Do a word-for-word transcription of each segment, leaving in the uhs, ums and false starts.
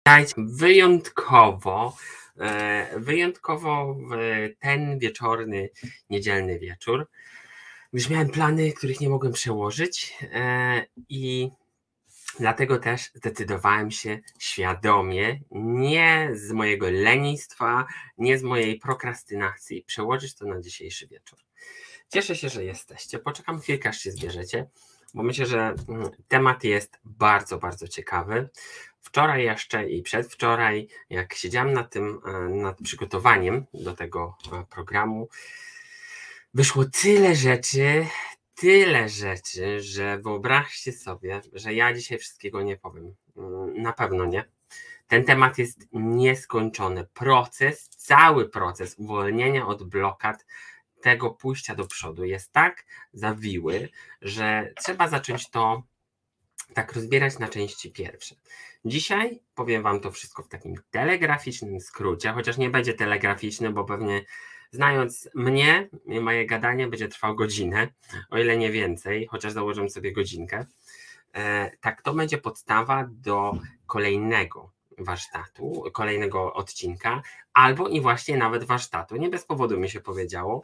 Witajcie wyjątkowo, e, wyjątkowo w ten wieczorny, niedzielny wieczór, gdyż miałem plany, których nie mogłem przełożyć e, i dlatego też zdecydowałem się świadomie, nie z mojego lenistwa, nie z mojej prokrastynacji, przełożyć to na dzisiejszy wieczór. Cieszę się, że jesteście. Poczekam chwilkę, aż się zbierzecie, bo myślę, że temat jest bardzo, bardzo ciekawy. Wczoraj jeszcze i przedwczoraj, jak siedziałem nad tym, nad przygotowaniem do tego programu, wyszło tyle rzeczy, tyle rzeczy, że wyobraźcie sobie, że ja dzisiaj wszystkiego nie powiem. Na pewno nie. Ten temat jest nieskończony. Proces, cały proces uwolnienia od blokad, tego pójścia do przodu jest tak zawiły, że trzeba zacząć to tak rozbierać na części pierwsze. Dzisiaj powiem wam to wszystko w takim telegraficznym skrócie, chociaż nie będzie telegraficzny, bo pewnie znając mnie i moje gadanie będzie trwało godzinę, o ile nie więcej, chociaż założymy sobie godzinkę. E, tak, to będzie podstawa do kolejnego warsztatu, kolejnego odcinka, albo i właśnie nawet warsztatu. Nie bez powodu mi się powiedziało,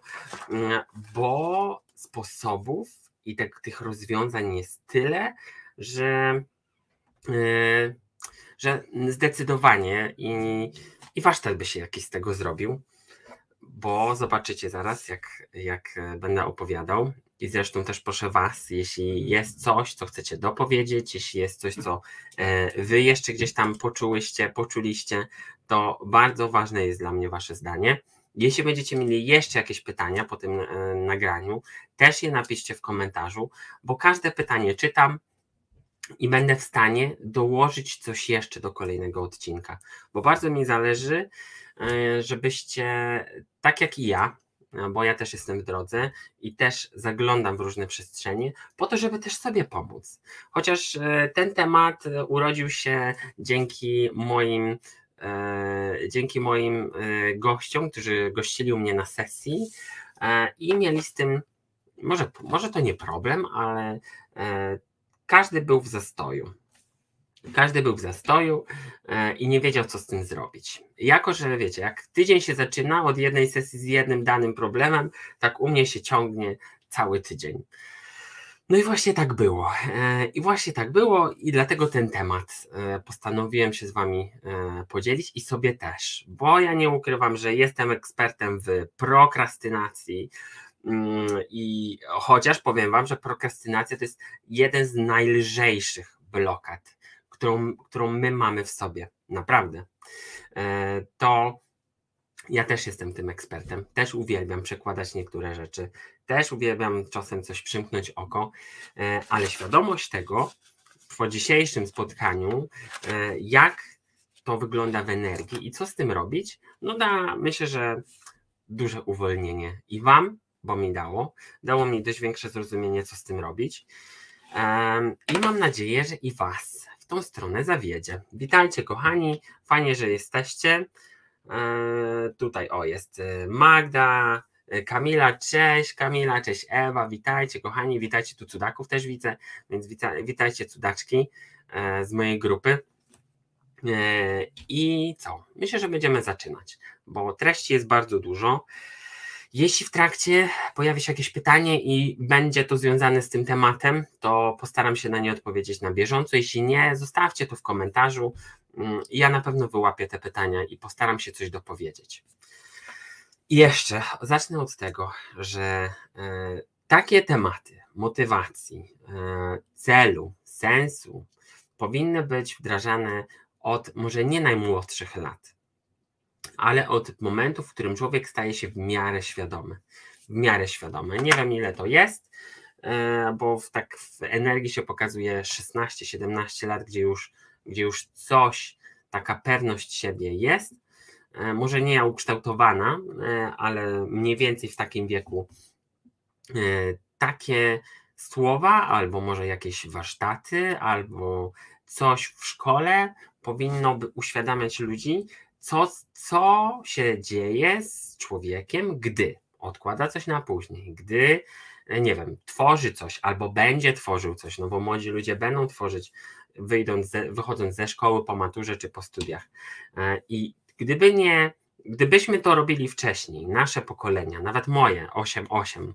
bo sposobów i te, tych rozwiązań jest tyle, że, yy, że zdecydowanie i, i warsztat by się jakiś z tego zrobił, bo zobaczycie zaraz, jak, jak będę opowiadał. I zresztą też proszę was, jeśli jest coś, co chcecie dopowiedzieć, jeśli jest coś, co wy jeszcze gdzieś tam poczułyście, poczuliście, to bardzo ważne jest dla mnie wasze zdanie. Jeśli będziecie mieli jeszcze jakieś pytania po tym nagraniu, też je napiszcie w komentarzu, bo każde pytanie czytam i będę w stanie dołożyć coś jeszcze do kolejnego odcinka, bo bardzo mi zależy, żebyście, tak jak i ja, bo ja też jestem w drodze i też zaglądam w różne przestrzenie, po to, żeby też sobie pomóc. Chociaż ten temat urodził się dzięki moim, dzięki moim gościom, którzy gościli u mnie na sesji i mieli z tym, może, może to nie problem, ale każdy był w zastoju. Każdy był w zastoju i nie wiedział, co z tym zrobić. Jako że wiecie, jak tydzień się zaczyna od jednej sesji z jednym danym problemem, tak u mnie się ciągnie cały tydzień. No i właśnie tak było. I właśnie tak było i dlatego ten temat postanowiłem się z wami podzielić i sobie też, bo ja nie ukrywam, że jestem ekspertem w prokrastynacji, i chociaż powiem wam, że prokrastynacja to jest jeden z najlżejszych blokad, którą, którą my mamy w sobie, naprawdę, to ja też jestem tym ekspertem, też uwielbiam przekładać niektóre rzeczy, też uwielbiam czasem coś przymknąć oko, ale świadomość tego po dzisiejszym spotkaniu, jak to wygląda w energii i co z tym robić, no da, myślę, że duże uwolnienie i wam, bo mi dało, dało mi dość większe zrozumienie, co z tym robić i mam nadzieję, że i was w tą stronę zawiedzie. Witajcie kochani, fajnie, że jesteście. Tutaj o, jest Magda, Kamila, cześć Kamila, cześć Ewa, witajcie kochani, witajcie, tu cudaków też widzę, więc wita, witajcie cudaczki z mojej grupy. I co? Myślę, że będziemy zaczynać, bo treści jest bardzo dużo. Jeśli w trakcie pojawi się jakieś pytanie i będzie to związane z tym tematem, to postaram się na nie odpowiedzieć na bieżąco. Jeśli nie, zostawcie to w komentarzu. Ja na pewno wyłapię te pytania i postaram się coś dopowiedzieć. I jeszcze zacznę od tego, że e, takie tematy motywacji, e, celu, sensu powinny być wdrażane od może nie najmłodszych lat, ale od momentu, w którym człowiek staje się w miarę świadomy. W miarę świadomy. Nie wiem, ile to jest, bo w, tak w energii się pokazuje szesnaście siedemnaście lat, gdzie już, gdzie już coś, taka pewność siebie jest. Może nie ukształtowana, ale mniej więcej w takim wieku takie słowa, albo może jakieś warsztaty, albo coś w szkole powinno by uświadamiać ludzi, Co, co się dzieje z człowiekiem, gdy odkłada coś na później, gdy, nie wiem, tworzy coś albo będzie tworzył coś, no bo młodzi ludzie będą tworzyć wyjdąc ze, wychodząc ze szkoły po maturze czy po studiach. I gdyby nie, gdybyśmy to robili wcześniej, nasze pokolenia, nawet moje osiem osiem,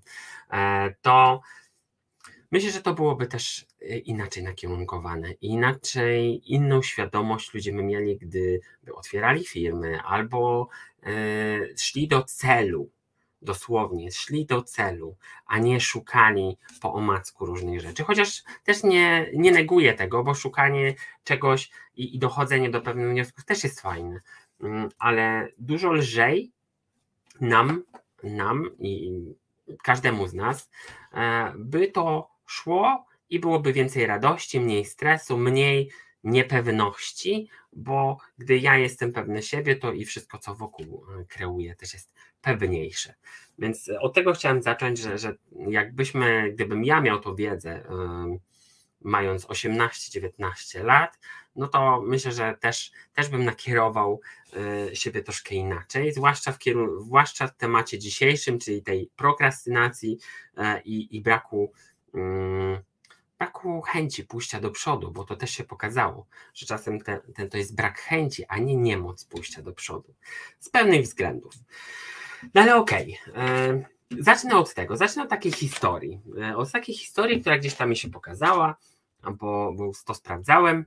to myślę, że to byłoby też inaczej nakierunkowane, inaczej, inną świadomość ludzie by mieli, gdy by otwierali firmy albo szli do celu, dosłownie szli do celu, a nie szukali po omacku różnych rzeczy. Chociaż też nie, nie neguję tego, bo szukanie czegoś i, i dochodzenie do pewnych wniosków też jest fajne, ale dużo lżej nam, nam i każdemu z nas by to szło i byłoby więcej radości, mniej stresu, mniej niepewności, bo gdy ja jestem pewny siebie, to i wszystko, co wokół kreuję, też jest pewniejsze. Więc od tego chciałem zacząć, że, że jakbyśmy, gdybym ja miał tą wiedzę, yy, mając osiemnaście dziewiętnaście lat, no to myślę, że też, też bym nakierował yy, siebie troszkę inaczej, zwłaszcza w, kierun- zwłaszcza w temacie dzisiejszym, czyli tej prokrastynacji yy, i, i braku yy, braku chęci pójścia do przodu, bo to też się pokazało, że czasem ten, ten to jest brak chęci, a nie niemoc pójścia do przodu. Z pewnych względów. No ale okej, okay. Zacznę od tego, zacznę od takiej historii. Od takiej historii, która gdzieś tam mi się pokazała, bo, bo to sprawdzałem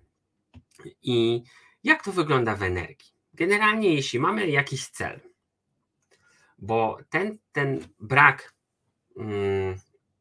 i jak to wygląda w energii. Generalnie jeśli mamy jakiś cel, bo ten, ten brak hmm,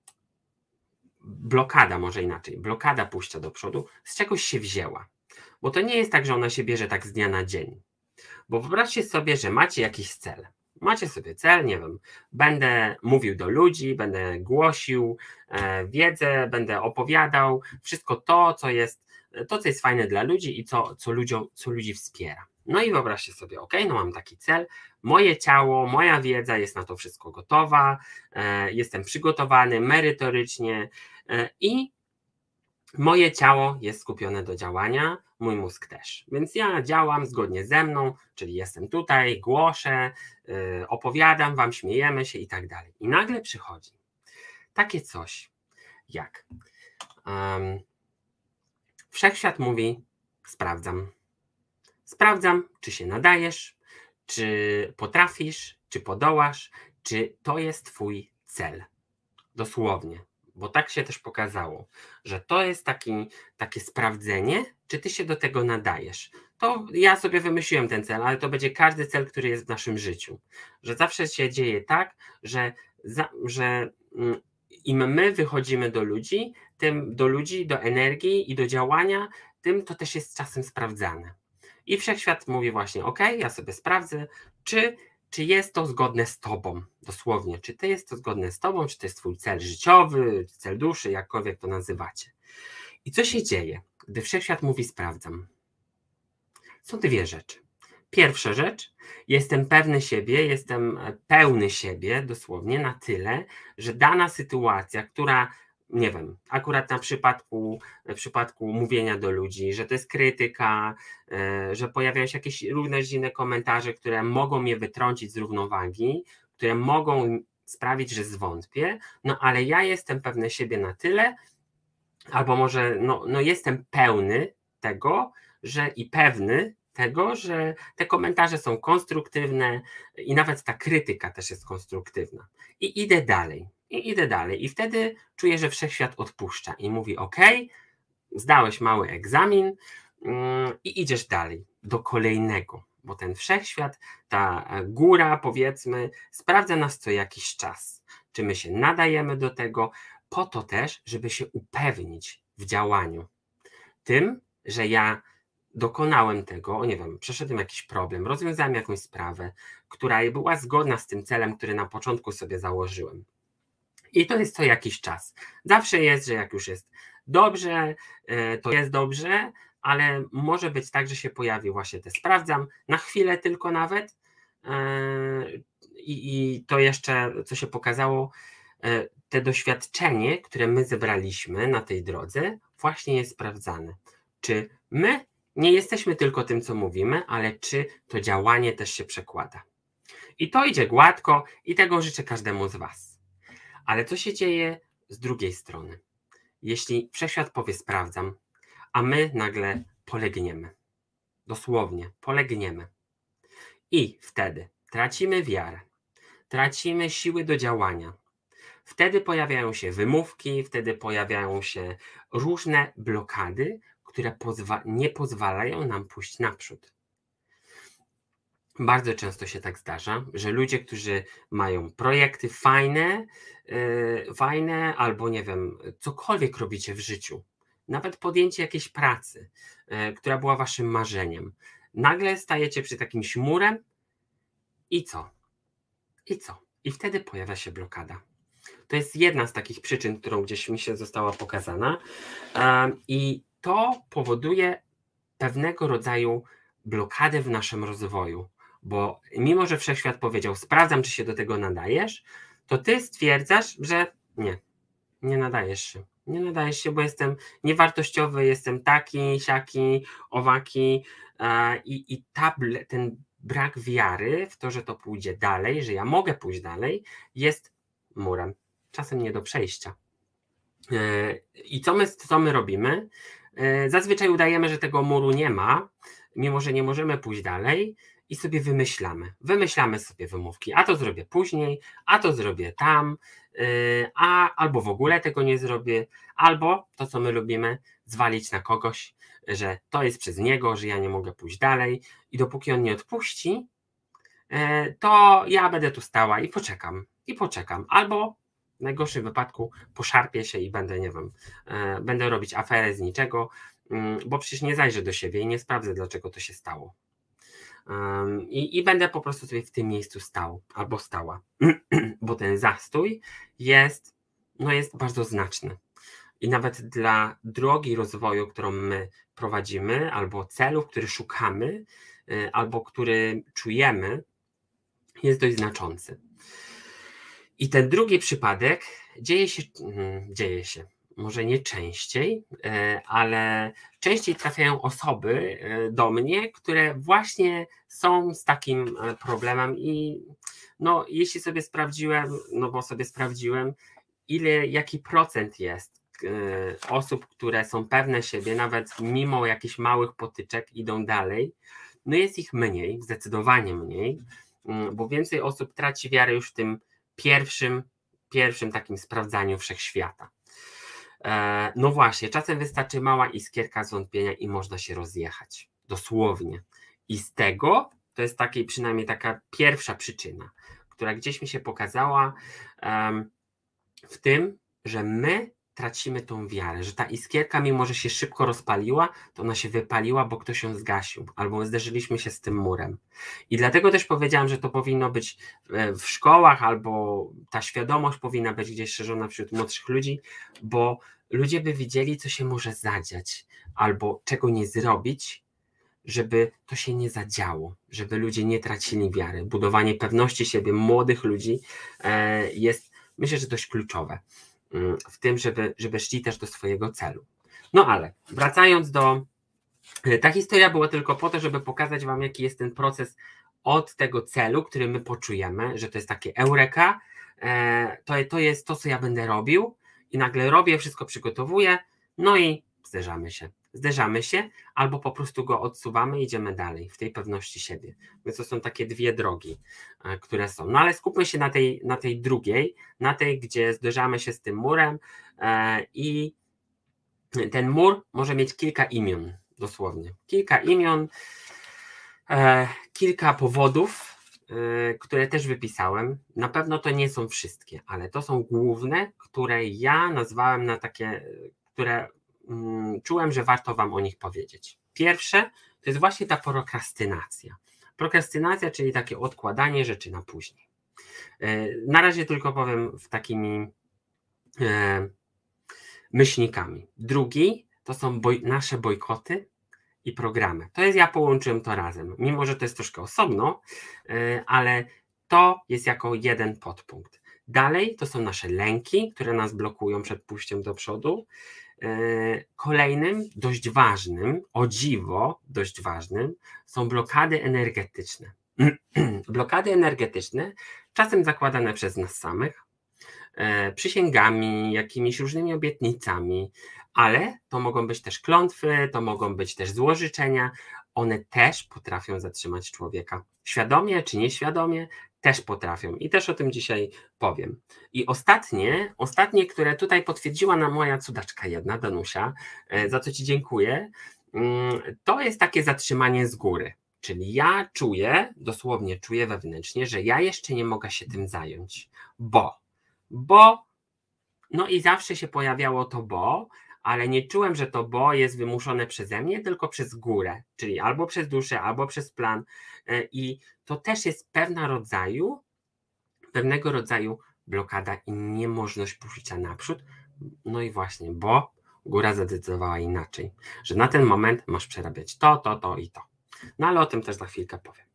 blokada, może inaczej, blokada pójścia do przodu z czegoś się wzięła. Bo to nie jest tak, że ona się bierze tak z dnia na dzień. Bo wyobraźcie sobie, że macie jakiś cel. Macie sobie cel, nie wiem, będę mówił do ludzi, będę głosił e, wiedzę, będę opowiadał wszystko to, co jest, to, co jest fajne dla ludzi i co, co, ludziom, co ludzi wspiera. No i wyobraźcie sobie, ok, no mam taki cel, moje ciało, moja wiedza jest na to wszystko gotowa, e, jestem przygotowany merytorycznie e, i moje ciało jest skupione do działania, mój mózg też. Więc ja działam zgodnie ze mną, czyli jestem tutaj, głoszę, yy, opowiadam wam, śmiejemy się i tak dalej. I nagle przychodzi takie coś jak um, wszechświat mówi, sprawdzam. Sprawdzam, czy się nadajesz, czy potrafisz, czy podołasz, czy to jest twój cel. Dosłownie. Bo tak się też pokazało, że to jest taki, takie sprawdzenie, czy ty się do tego nadajesz. To ja sobie wymyśliłem ten cel, ale to będzie każdy cel, który jest w naszym życiu. Że zawsze się dzieje tak, że, za, że im my wychodzimy do ludzi, tym do ludzi, do energii i do działania, tym to też jest czasem sprawdzane. I wszechświat mówi właśnie, ok, ja sobie sprawdzę, czy Czy jest to zgodne z tobą, dosłownie, czy to jest to zgodne z tobą, czy to jest twój cel życiowy, cel duszy, jakkolwiek to nazywacie. I co się dzieje, gdy wszechświat mówi sprawdzam? Są dwie rzeczy. Pierwsza rzecz, jestem pewny siebie, jestem pełny siebie, dosłownie na tyle, że dana sytuacja, która, nie wiem, akurat na przypadku, w przypadku mówienia do ludzi, że to jest krytyka, że pojawiają się jakieś różne dziwne komentarze, które mogą mnie wytrącić z równowagi, które mogą sprawić, że zwątpię, no ale ja jestem pewny siebie na tyle, albo może no, no jestem pełny tego, że i pewny tego, że te komentarze są konstruktywne i nawet ta krytyka też jest konstruktywna. I idę dalej. I idę dalej. I wtedy czuję, że wszechświat odpuszcza i mówi ok, zdałeś mały egzamin yy, i idziesz dalej do kolejnego, bo ten wszechświat, ta góra powiedzmy, sprawdza nas co jakiś czas, czy my się nadajemy do tego, po to też, żeby się upewnić w działaniu. Tym, że ja dokonałem tego, nie wiem, przeszedłem jakiś problem, rozwiązałem jakąś sprawę, która była zgodna z tym celem, który na początku sobie założyłem. I to jest co jakiś czas. Zawsze jest, że jak już jest dobrze, to jest dobrze, ale może być tak, że się pojawi właśnie te sprawdzam, na chwilę tylko nawet i, i to jeszcze, co się pokazało, te doświadczenie, które my zebraliśmy na tej drodze, właśnie jest sprawdzane. Czy my nie jesteśmy tylko tym, co mówimy, ale czy to działanie też się przekłada. I to idzie gładko i tego życzę każdemu z was. Ale co się dzieje z drugiej strony? Jeśli wszechświat powie sprawdzam, a my nagle polegniemy. Dosłownie, polegniemy. I wtedy tracimy wiarę, tracimy siły do działania. Wtedy pojawiają się wymówki, wtedy pojawiają się różne blokady, które pozwa- nie pozwalają nam pójść naprzód. Bardzo często się tak zdarza, że ludzie, którzy mają projekty fajne, yy, fajne albo nie wiem, cokolwiek robicie w życiu, nawet podjęcie jakiejś pracy, yy, która była waszym marzeniem, nagle stajecie przy takimś murem i co? I co? I wtedy pojawia się blokada. To jest jedna z takich przyczyn, którą gdzieś mi się została pokazana, yy, i to powoduje pewnego rodzaju blokadę w naszym rozwoju. Bo mimo, że wszechświat powiedział, sprawdzam, czy się do tego nadajesz, to ty stwierdzasz, że nie, nie nadajesz się. Nie nadajesz się, bo jestem niewartościowy, jestem taki, siaki, owaki e, i, i ta, ten brak wiary w to, że to pójdzie dalej, że ja mogę pójść dalej, jest murem, czasem nie do przejścia. E, I co my, co my robimy? E, zazwyczaj udajemy, że tego muru nie ma, mimo że nie możemy pójść dalej, i sobie wymyślamy. Wymyślamy sobie wymówki, a to zrobię później, a to zrobię tam, yy, a albo w ogóle tego nie zrobię, albo to, co my lubimy, zwalić na kogoś, że to jest przez niego, że ja nie mogę pójść dalej i dopóki on nie odpuści, yy, to ja będę tu stała i poczekam, i poczekam, albo w najgorszym wypadku poszarpię się i będę, nie wiem, yy, będę robić aferę z niczego, yy, bo przecież nie zajrzę do siebie i nie sprawdzę, dlaczego to się stało. Um, i, I będę po prostu sobie w tym miejscu stał albo stała, bo ten zastój jest, no jest bardzo znaczny. I nawet dla drogi rozwoju, którą my prowadzimy, albo celów, który szukamy, y, albo który czujemy, jest dość znaczący. I ten drugi przypadek dzieje się, hmm, dzieje się. Może nie częściej, ale częściej trafiają osoby do mnie, które właśnie są z takim problemem i no jeśli sobie sprawdziłem, no bo sobie sprawdziłem, ile, jaki procent jest osób, które są pewne siebie, nawet mimo jakichś małych potyczek idą dalej, no jest ich mniej, zdecydowanie mniej, bo więcej osób traci wiarę już w tym pierwszym, pierwszym takim sprawdzaniu wszechświata. No właśnie, czasem wystarczy mała iskierka zwątpienia i można się rozjechać, dosłownie. I z tego, to jest takiej, przynajmniej taka pierwsza przyczyna, która gdzieś mi się pokazała um, w tym, że my tracimy tą wiarę, że ta iskierka, mimo że się szybko rozpaliła, to ona się wypaliła, bo ktoś ją zgasił, albo zderzyliśmy się z tym murem. I dlatego też powiedziałam, że to powinno być w szkołach, albo ta świadomość powinna być gdzieś szerzona wśród młodszych ludzi, bo ludzie by widzieli, co się może zadziać, albo czego nie zrobić, żeby to się nie zadziało, żeby ludzie nie tracili wiary. Budowanie pewności siebie młodych ludzi jest, myślę, że dość kluczowe w tym, żeby, żeby szli też do swojego celu. No ale wracając do... Ta historia była tylko po to, żeby pokazać wam, jaki jest ten proces od tego celu, który my poczujemy, że to jest takie eureka, to, to jest to, co ja będę robił i nagle robię, wszystko przygotowuję, no i zderzamy się. Zderzamy się albo po prostu go odsuwamy i idziemy dalej w tej pewności siebie. Więc to są takie dwie drogi, które są. No ale skupmy się na tej, na tej drugiej, na tej, gdzie zderzamy się z tym murem i ten mur może mieć kilka imion, dosłownie. Kilka imion, kilka powodów, które też wypisałem. Na pewno to nie są wszystkie, ale to są główne, które ja nazwałem na takie, które czułem, że warto wam o nich powiedzieć. Pierwsze to jest właśnie ta prokrastynacja. Prokrastynacja, czyli takie odkładanie rzeczy na później. Na razie tylko powiem w takimi myślnikami. Drugi to są boj, nasze bojkoty i programy. To jest, ja połączyłem to razem, mimo że to jest troszkę osobno, ale to jest jako jeden podpunkt. Dalej to są nasze lęki, które nas blokują przed pójściem do przodu. Kolejnym, dość ważnym, o dziwo dość ważnym, są blokady energetyczne. Blokady energetyczne, czasem zakładane przez nas samych, przysięgami, jakimiś różnymi obietnicami, ale to mogą być też klątwy, to mogą być też złożyczenia, one też potrafią zatrzymać człowieka. Świadomie czy nieświadomie, też potrafią i też o tym dzisiaj powiem. I ostatnie, ostatnie, które tutaj potwierdziła nam moja cudaczka jedna, Danusia, za co Ci dziękuję, to jest takie zatrzymanie z góry. Czyli ja czuję, dosłownie czuję wewnętrznie, że ja jeszcze nie mogę się tym zająć, bo, bo, no i zawsze się pojawiało to bo, ale nie czułem, że to bo jest wymuszone przeze mnie, tylko przez górę, czyli albo przez duszę, albo przez plan. I to też jest pewna rodzaju, pewnego rodzaju blokada i niemożność pójścia naprzód. No i właśnie, bo góra zadecydowała inaczej, że na ten moment masz przerabiać to, to, to i to. No ale o tym też za chwilkę powiem.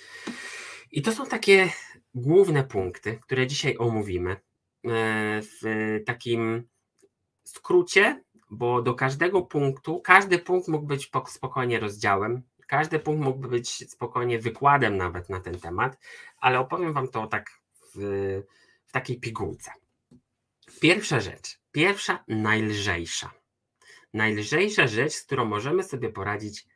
I to są takie główne punkty, które dzisiaj omówimy w takim skrócie, bo do każdego punktu, każdy punkt mógł być spokojnie rozdziałem, każdy punkt mógłby być spokojnie wykładem nawet na ten temat, ale opowiem Wam to tak w, w takiej pigułce. Pierwsza rzecz, pierwsza najlżejsza, najlżejsza rzecz, z którą możemy sobie poradzić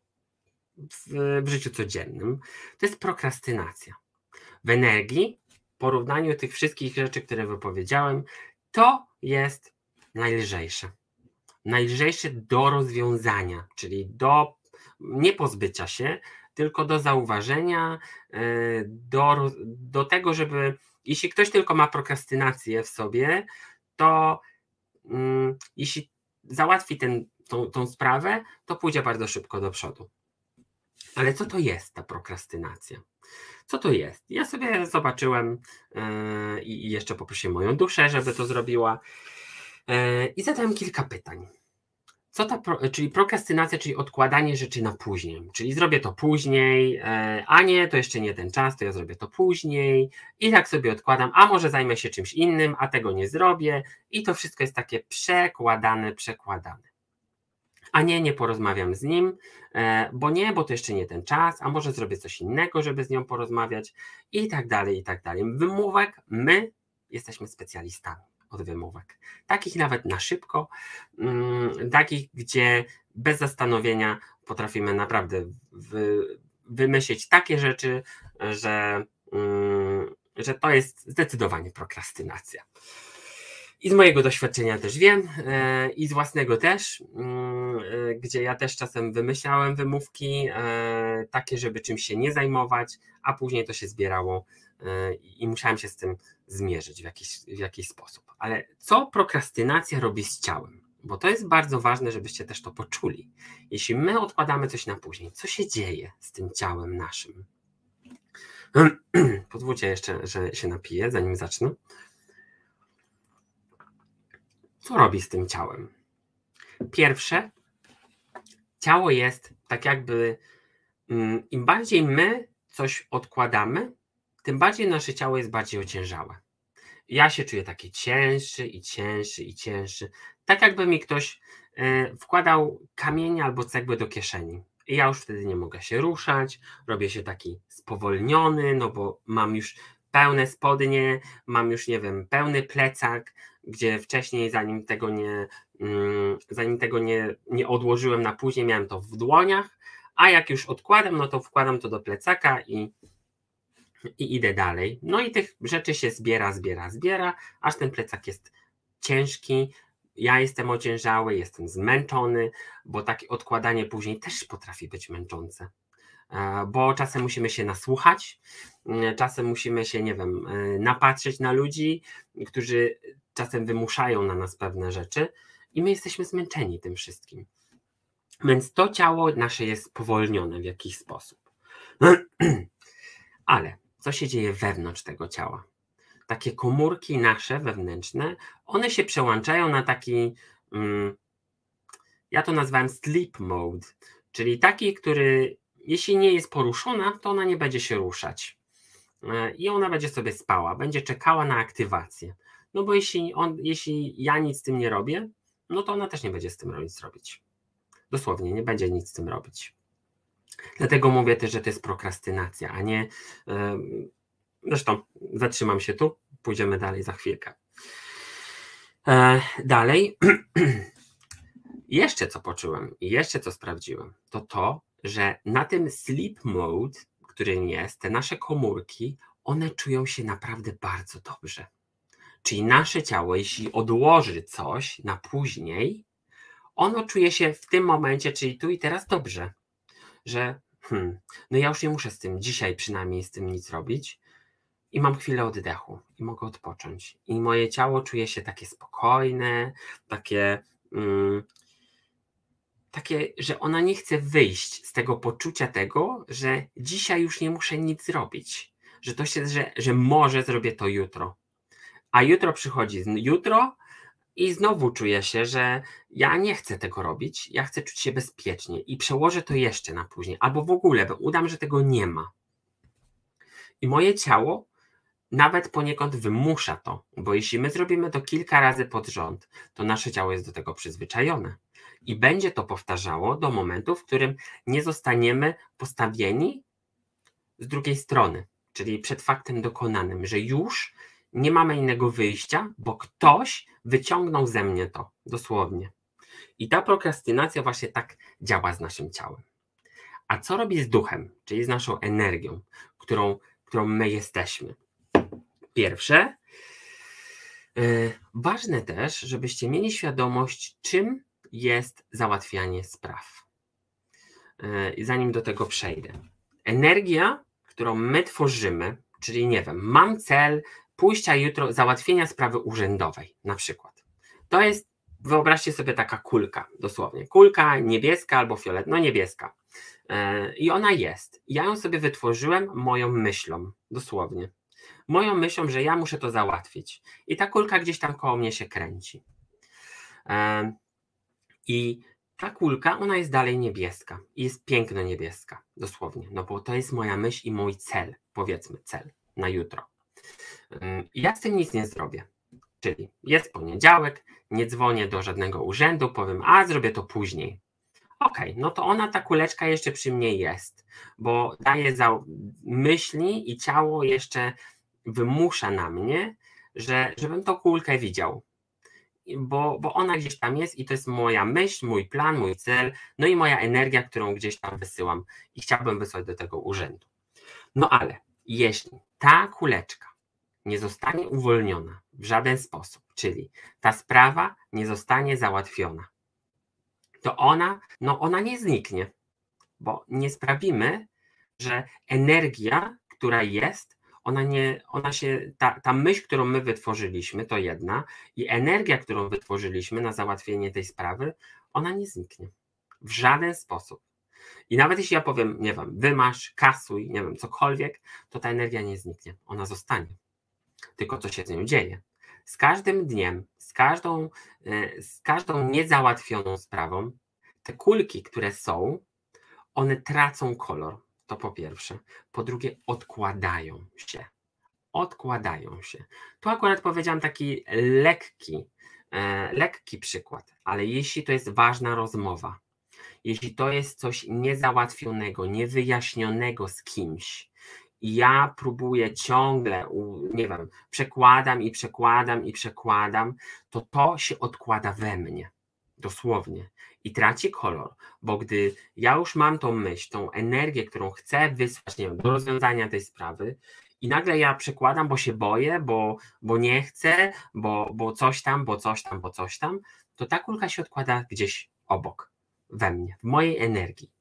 w, w życiu codziennym, to jest prokrastynacja. W energii, w porównaniu tych wszystkich rzeczy, które wypowiedziałem, to jest najlżejsze. Najlżejsze do rozwiązania, czyli do nie pozbycia się, tylko do zauważenia, do, do tego, żeby jeśli ktoś tylko ma prokrastynację w sobie, to um, jeśli załatwi ten, tą, tą sprawę, to pójdzie bardzo szybko do przodu. Ale co to jest ta prokrastynacja? Co to jest? Ja sobie zobaczyłem yy, i jeszcze poprosiłem moją duszę, żeby to zrobiła yy, i zadałem kilka pytań. Co ta, pro, czyli prokrastynacja, czyli odkładanie rzeczy na później, czyli zrobię to później, yy, a nie, to jeszcze nie ten czas, to ja zrobię to później i tak sobie odkładam, a może zajmę się czymś innym, a tego nie zrobię i to wszystko jest takie przekładane, przekładane. A nie, nie porozmawiam z nim, bo nie, bo to jeszcze nie ten czas, a może zrobię coś innego, żeby z nią porozmawiać i tak dalej, i tak dalej. Wymówek, my jesteśmy specjalistami od wymówek. Takich nawet na szybko, takich, gdzie bez zastanowienia potrafimy naprawdę wy, wymyślić takie rzeczy, że, że to jest zdecydowanie prokrastynacja. I z mojego doświadczenia też wiem, yy, i z własnego też, yy, gdzie ja też czasem wymyślałem wymówki, yy, takie, żeby czymś się nie zajmować, a później to się zbierało yy, i musiałem się z tym zmierzyć w jakiś, w jakiś sposób. Ale co prokrastynacja robi z ciałem? Bo to jest bardzo ważne, żebyście też to poczuli. Jeśli my odkładamy coś na później, co się dzieje z tym ciałem naszym? Pozwólcie jeszcze, że się napiję, zanim zacznę. Co robi z tym ciałem? Pierwsze, ciało jest tak jakby, im bardziej my coś odkładamy, tym bardziej nasze ciało jest bardziej ociężałe. Ja się czuję taki cięższy i cięższy i cięższy, tak jakby mi ktoś wkładał kamienie albo cegły do kieszeni. I ja już wtedy nie mogę się ruszać, robię się taki spowolniony, no bo mam już pełne spodnie, mam już, nie wiem, pełny plecak, gdzie wcześniej, zanim tego nie, zanim tego nie, nie odłożyłem na później, miałem to w dłoniach, a jak już odkładam, no to wkładam to do plecaka i, i idę dalej. No i tych rzeczy się zbiera, zbiera, zbiera, aż ten plecak jest ciężki, ja jestem ociężały, jestem zmęczony, bo takie odkładanie później też potrafi być męczące. Bo czasem musimy się nasłuchać, czasem musimy się, nie wiem, napatrzeć na ludzi, którzy czasem wymuszają na nas pewne rzeczy i my jesteśmy zmęczeni tym wszystkim. Więc to ciało nasze jest spowolnione w jakiś sposób. Ale co się dzieje wewnątrz tego ciała? Takie komórki nasze wewnętrzne, one się przełączają na taki, mm, ja to nazwałem sleep mode, czyli taki, który jeśli nie jest poruszona, to ona nie będzie się ruszać. I ona będzie sobie spała, będzie czekała na aktywację. No bo jeśli, on, jeśli ja nic z tym nie robię, no to ona też nie będzie z tym nic robić. Dosłownie, nie będzie nic z tym robić. Dlatego mówię też, że to jest prokrastynacja, a nie... Yy, zresztą zatrzymam się tu, pójdziemy dalej za chwilkę. Yy, dalej. I jeszcze co poczułem, i jeszcze co sprawdziłem, to to, że na tym sleep mode, którym jest, te nasze komórki, one czują się naprawdę bardzo dobrze. Czyli nasze ciało, jeśli odłoży coś na później, ono czuje się w tym momencie, czyli tu i teraz dobrze, że hmm, no ja już nie muszę z tym dzisiaj przynajmniej z tym nic robić i mam chwilę oddechu i mogę odpocząć. I moje ciało czuje się takie spokojne, takie, mm, takie, że ona nie chce wyjść z tego poczucia tego, że dzisiaj już nie muszę nic zrobić, że to się, że, że może zrobię to jutro. A jutro przychodzi jutro i znowu czuję się, że ja nie chcę tego robić, ja chcę czuć się bezpiecznie i przełożę to jeszcze na później, albo w ogóle bo udam, że tego nie ma. I moje ciało nawet poniekąd wymusza to, bo jeśli my zrobimy to kilka razy pod rząd, to nasze ciało jest do tego przyzwyczajone i będzie to powtarzało do momentu, w którym nie zostaniemy postawieni z drugiej strony, czyli przed faktem dokonanym, że już nie mamy innego wyjścia, bo ktoś wyciągnął ze mnie to, dosłownie. I ta prokrastynacja właśnie tak działa z naszym ciałem. A co robi z duchem, czyli z naszą energią, którą, którą my jesteśmy? Pierwsze, yy, ważne też, żebyście mieli świadomość, czym jest załatwianie spraw. Yy, zanim do tego przejdę. Energia, którą my tworzymy, czyli nie wiem, mam cel pójścia jutro, załatwienia sprawy urzędowej na przykład. To jest, wyobraźcie sobie taka kulka, dosłownie. Kulka niebieska albo fiolet, no niebieska. Yy, I ona jest. Ja ją sobie wytworzyłem moją myślą, dosłownie. Moją myślą, że ja muszę to załatwić. I ta kulka gdzieś tam koło mnie się kręci. Yy, I ta kulka, ona jest dalej niebieska. I jest piękno niebieska, dosłownie. No bo to jest moja myśl i mój cel, powiedzmy cel na jutro. Ja z tym nic nie zrobię. Czyli jest poniedziałek, nie dzwonię do żadnego urzędu, powiem, a zrobię to później. Okej, okay, no to ona, ta kuleczka jeszcze przy mnie jest, bo daje za myśli i ciało jeszcze wymusza na mnie, że, żebym tą kulkę widział. Bo, bo ona gdzieś tam jest i to jest moja myśl, mój plan, mój cel, no i moja energia, którą gdzieś tam wysyłam i chciałbym wysłać do tego urzędu. No ale jeśli ta kuleczka nie zostanie uwolniona w żaden sposób, czyli ta sprawa nie zostanie załatwiona, to ona, no ona nie zniknie, bo nie sprawimy, że energia, która jest, ona nie, ona się, ta, ta myśl, którą my wytworzyliśmy, to jedna, i energia, którą wytworzyliśmy na załatwienie tej sprawy, ona nie zniknie w żaden sposób. I nawet jeśli ja powiem, nie wiem, wymasz, kasuj, nie wiem, cokolwiek, to ta energia nie zniknie, ona zostanie. Tylko co się z nią dzieje? Z każdym dniem, z każdą, z każdą niezałatwioną sprawą, te kulki, które są, one tracą kolor. To po pierwsze. Po drugie, odkładają się. Odkładają się. Tu akurat powiedziałam taki lekki, e, lekki przykład, ale jeśli to jest ważna rozmowa, jeśli to jest coś niezałatwionego, niewyjaśnionego z kimś, i ja próbuję ciągle, nie wiem, przekładam i przekładam i przekładam, to to się odkłada we mnie. Dosłownie. I traci kolor, bo gdy ja już mam tą myśl, tą energię, którą chcę wysłać, nie wiem, do rozwiązania tej sprawy i nagle ja przekładam, bo się boję, bo, bo nie chcę, bo, bo coś tam, bo coś tam, bo coś tam, to ta kulka się odkłada gdzieś obok, we mnie, w mojej energii.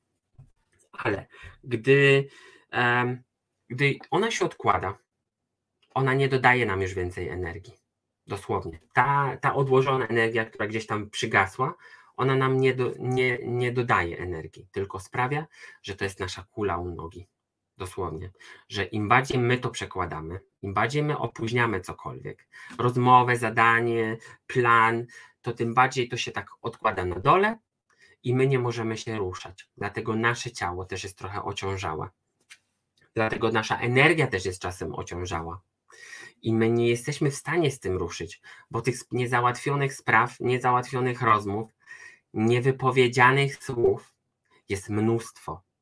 Ale gdy, um, gdy ona się odkłada, ona nie dodaje nam już więcej energii. Dosłownie. Ta, ta odłożona energia, która gdzieś tam przygasła, ona nam nie, do, nie, nie dodaje energii, tylko sprawia, że to jest nasza kula u nogi. Dosłownie. Że im bardziej my to przekładamy, im bardziej my opóźniamy cokolwiek, rozmowę, zadanie, plan, to tym bardziej to się tak odkłada na dole i my nie możemy się ruszać. Dlatego nasze ciało też jest trochę ociążałe. Dlatego nasza energia też jest czasem ociążała. I my nie jesteśmy w stanie z tym ruszyć, bo tych niezałatwionych spraw, niezałatwionych rozmów, niewypowiedzianych słów jest mnóstwo.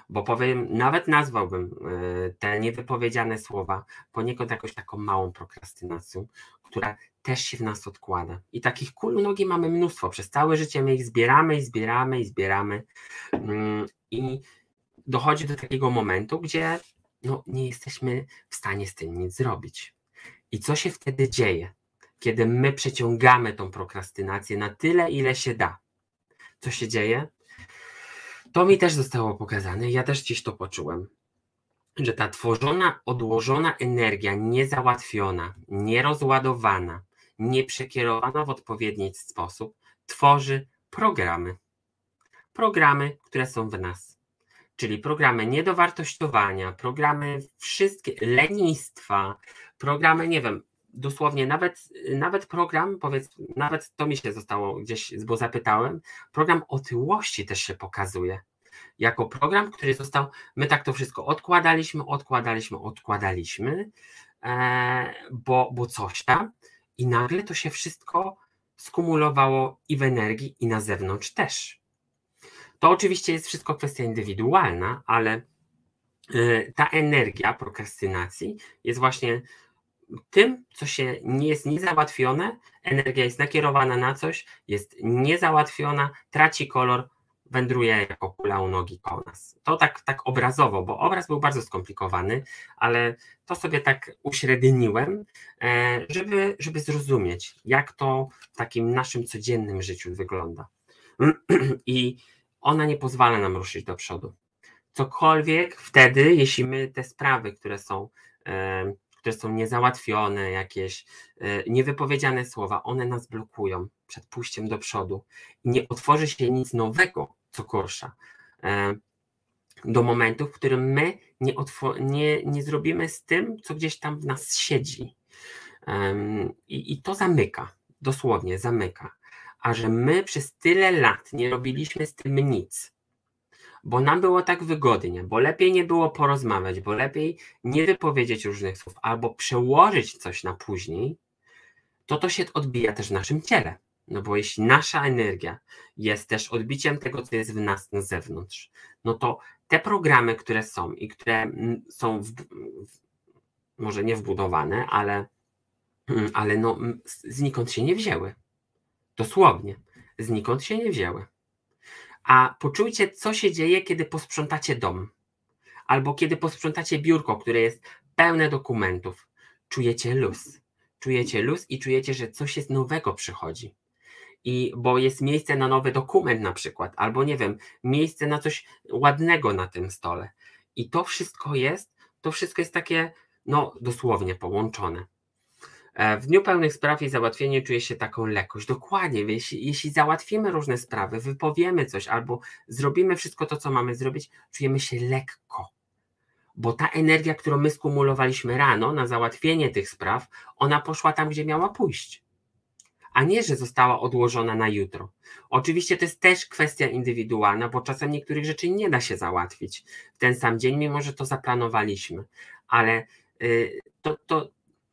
bo powiem, nawet nazwałbym y, te niewypowiedziane słowa poniekąd jakąś taką małą prokrastynacją, która też się w nas odkłada. I takich kul u nogi mamy mnóstwo. Przez całe życie my ich zbieramy i zbieramy i zbieramy. Mm, I dochodzi do takiego momentu, gdzie no, nie jesteśmy w stanie z tym nic zrobić. I co się wtedy dzieje, kiedy my przeciągamy tą prokrastynację na tyle, ile się da? Co się dzieje? To mi też zostało pokazane, ja też gdzieś to poczułem, że ta tworzona, odłożona energia, niezałatwiona, nierozładowana, nieprzekierowana w odpowiedni sposób, tworzy programy. Programy, które są w nas. Czyli programy niedowartościowania, programy wszystkie, lenistwa, programy, nie wiem, dosłownie nawet, nawet program, powiedz, nawet to mi się zostało gdzieś, bo zapytałem, program otyłości też się pokazuje. Jako program, który został, my tak to wszystko odkładaliśmy, odkładaliśmy, odkładaliśmy, e, bo, bo coś tam i nagle to się wszystko skumulowało i w energii, i na zewnątrz też. To oczywiście jest wszystko kwestia indywidualna, ale y, ta energia prokrastynacji jest właśnie tym, co się nie jest niezałatwione, energia jest nakierowana na coś, jest niezałatwiona, traci kolor, wędruje jako kula u nogi koło nas. To tak, tak obrazowo, bo obraz był bardzo skomplikowany, ale to sobie tak uśredniłem, e, żeby, żeby zrozumieć, jak to w takim naszym codziennym życiu wygląda. I ona nie pozwala nam ruszyć do przodu. Cokolwiek wtedy, jeśli my te sprawy, które są, e, które są niezałatwione, jakieś e, niewypowiedziane słowa, one nas blokują przed pójściem do przodu. I nie otworzy się nic nowego, co gorsza, e, do momentu, w którym my nie, otwo- nie, nie zrobimy z tym, co gdzieś tam w nas siedzi. E, i, I to zamyka, dosłownie zamyka. A że my przez tyle lat nie robiliśmy z tym nic, bo nam było tak wygodnie, bo lepiej nie było porozmawiać, bo lepiej nie wypowiedzieć różnych słów, albo przełożyć coś na później, to to się odbija też w naszym ciele. No bo jeśli nasza energia jest też odbiciem tego, co jest w nas na zewnątrz, no to te programy, które są i które są w, może nie wbudowane, ale, ale no, znikąd się nie wzięły. Dosłownie, znikąd się nie wzięły. A poczujcie, co się dzieje, kiedy posprzątacie dom, albo kiedy posprzątacie biurko, które jest pełne dokumentów. Czujecie luz. Czujecie luz i czujecie, że coś jest nowego przychodzi. I bo jest miejsce na nowy dokument na przykład, albo nie wiem, miejsce na coś ładnego na tym stole. I to wszystko jest, to wszystko jest takie, no dosłownie połączone. W dniu pełnych spraw i załatwienie czuje się taką lekkość. Dokładnie, jeśli, jeśli załatwimy różne sprawy, wypowiemy coś albo zrobimy wszystko to, co mamy zrobić, czujemy się lekko. Bo ta energia, którą my skumulowaliśmy rano na załatwienie tych spraw, ona poszła tam, gdzie miała pójść. A nie, że została odłożona na jutro. Oczywiście to jest też kwestia indywidualna, bo czasem niektórych rzeczy nie da się załatwić w ten sam dzień, mimo że to zaplanowaliśmy. Ale yy, to, to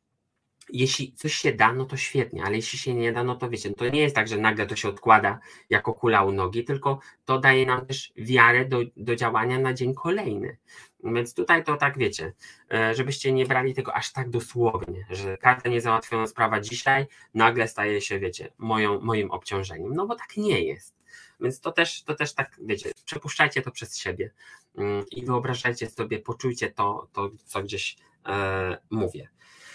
jeśli coś się da, no to świetnie, ale jeśli się nie da, no to wiecie, to nie jest tak, że nagle to się odkłada jako kula u nogi, tylko to daje nam też wiarę do, do działania na dzień kolejny. Więc tutaj to tak wiecie, żebyście nie brali tego aż tak dosłownie, że każda niezałatwiona sprawa dzisiaj nagle staje się, wiecie, moją, moim obciążeniem, no bo tak nie jest. Więc to też, to też tak, wiecie, przepuszczajcie to przez siebie i wyobrażajcie sobie, poczujcie to, to co gdzieś e, mówię.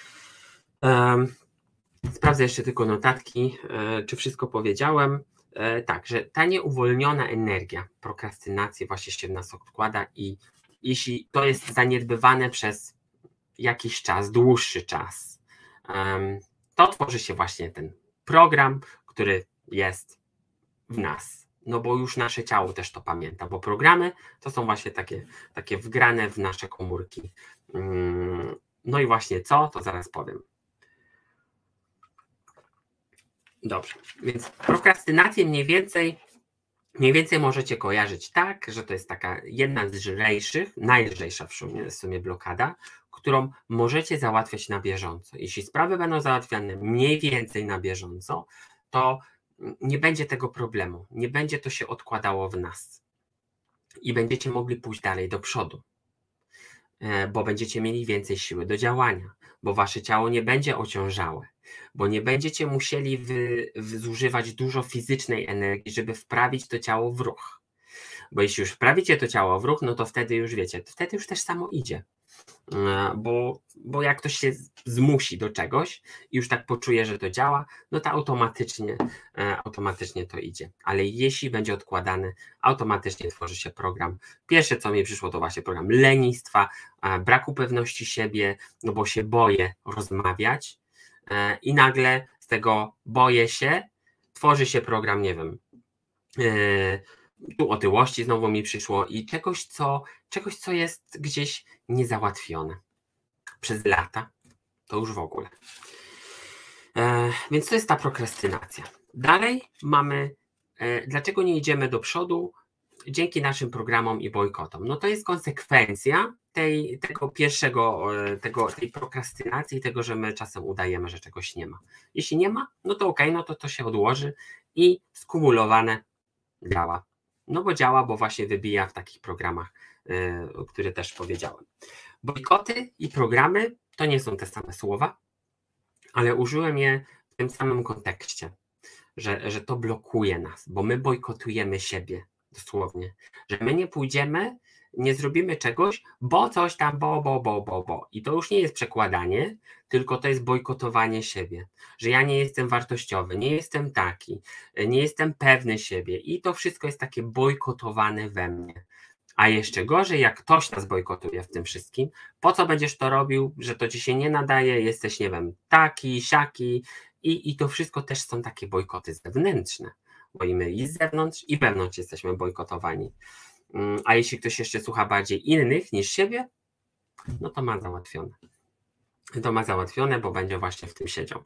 Um, sprawdzę jeszcze tylko notatki, e, czy wszystko powiedziałem. E, tak, że ta nieuwolniona energia prokrastynacji właśnie się w nas odkłada i jeśli to jest zaniedbywane przez jakiś czas, dłuższy czas, um, to tworzy się właśnie ten program, który jest w nas. No bo już nasze ciało też to pamięta, bo programy to są właśnie takie, takie wgrane w nasze komórki. Um, no i właśnie co, to zaraz powiem. Dobrze, więc prokrastynację mniej więcej, mniej więcej możecie kojarzyć tak, że to jest taka jedna z lżejszych, najlżejsza w sumie, w sumie blokada, którą możecie załatwiać na bieżąco. Jeśli sprawy będą załatwiane mniej więcej na bieżąco, to nie będzie tego problemu, nie będzie to się odkładało w nas. i będziecie mogli pójść dalej do przodu, bo będziecie mieli więcej siły do działania, bo wasze ciało nie będzie ociążałe, bo nie będziecie musieli wy, wy zużywać dużo fizycznej energii, żeby wprawić to ciało w ruch. Bo jeśli już wprawicie to ciało w ruch, no to wtedy już wiecie, wtedy już też samo idzie. Bo, bo jak ktoś się zmusi do czegoś i już tak poczuje, że to działa, no to automatycznie, automatycznie to idzie. Ale jeśli będzie odkładany, automatycznie tworzy się program. Pierwsze, co mi przyszło, to właśnie program lenistwa, braku pewności siebie, no bo się boję rozmawiać i nagle z tego boję się, tworzy się program, nie wiem, tu otyłości znowu mi przyszło i czegoś, co, czegoś, co jest gdzieś niezałatwione przez lata, to już w ogóle. E, więc to jest ta prokrastynacja. Dalej mamy, e, dlaczego nie idziemy do przodu? Dzięki naszym programom i bojkotom. No to jest konsekwencja tej, tego pierwszego, tego, tej prokrastynacji, tego, że my czasem udajemy, że czegoś nie ma. Jeśli nie ma, no to okej, okay, no to to się odłoży i skumulowane działa. No bo działa, bo właśnie wybija w takich programach, yy, które też powiedziałem. Bojkoty i programy to nie są te same słowa, ale użyłem je w tym samym kontekście, że, że to blokuje nas, bo my bojkotujemy siebie dosłownie, że my nie pójdziemy, nie zrobimy czegoś, bo coś tam, bo, bo, bo, bo, bo. I to już nie jest przekładanie, tylko to jest bojkotowanie siebie, że ja nie jestem wartościowy, nie jestem taki, nie jestem pewny siebie i to wszystko jest takie bojkotowane we mnie. A jeszcze gorzej, jak ktoś nas bojkotuje w tym wszystkim, po co będziesz to robił, że to ci się nie nadaje, jesteś, nie wiem, taki, siaki i, i to wszystko też są takie bojkoty zewnętrzne, bo i my i z zewnątrz, i wewnątrz jesteśmy bojkotowani. A jeśli ktoś jeszcze słucha bardziej innych niż siebie, no to ma załatwione. To ma załatwione, bo będzie właśnie w tym siedział.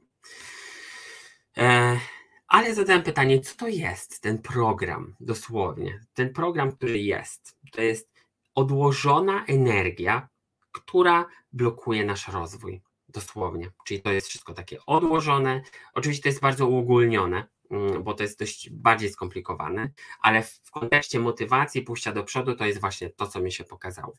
E, ale zadałem pytanie, co to jest ten program dosłownie? Ten program, który jest, to jest odłożona energia, która blokuje nasz rozwój. Dosłownie. Czyli to jest wszystko takie odłożone. Oczywiście to jest bardzo uogólnione, bo to jest dość bardziej skomplikowane, ale w kontekście motywacji, pójścia do przodu, to jest właśnie to, co mi się pokazało.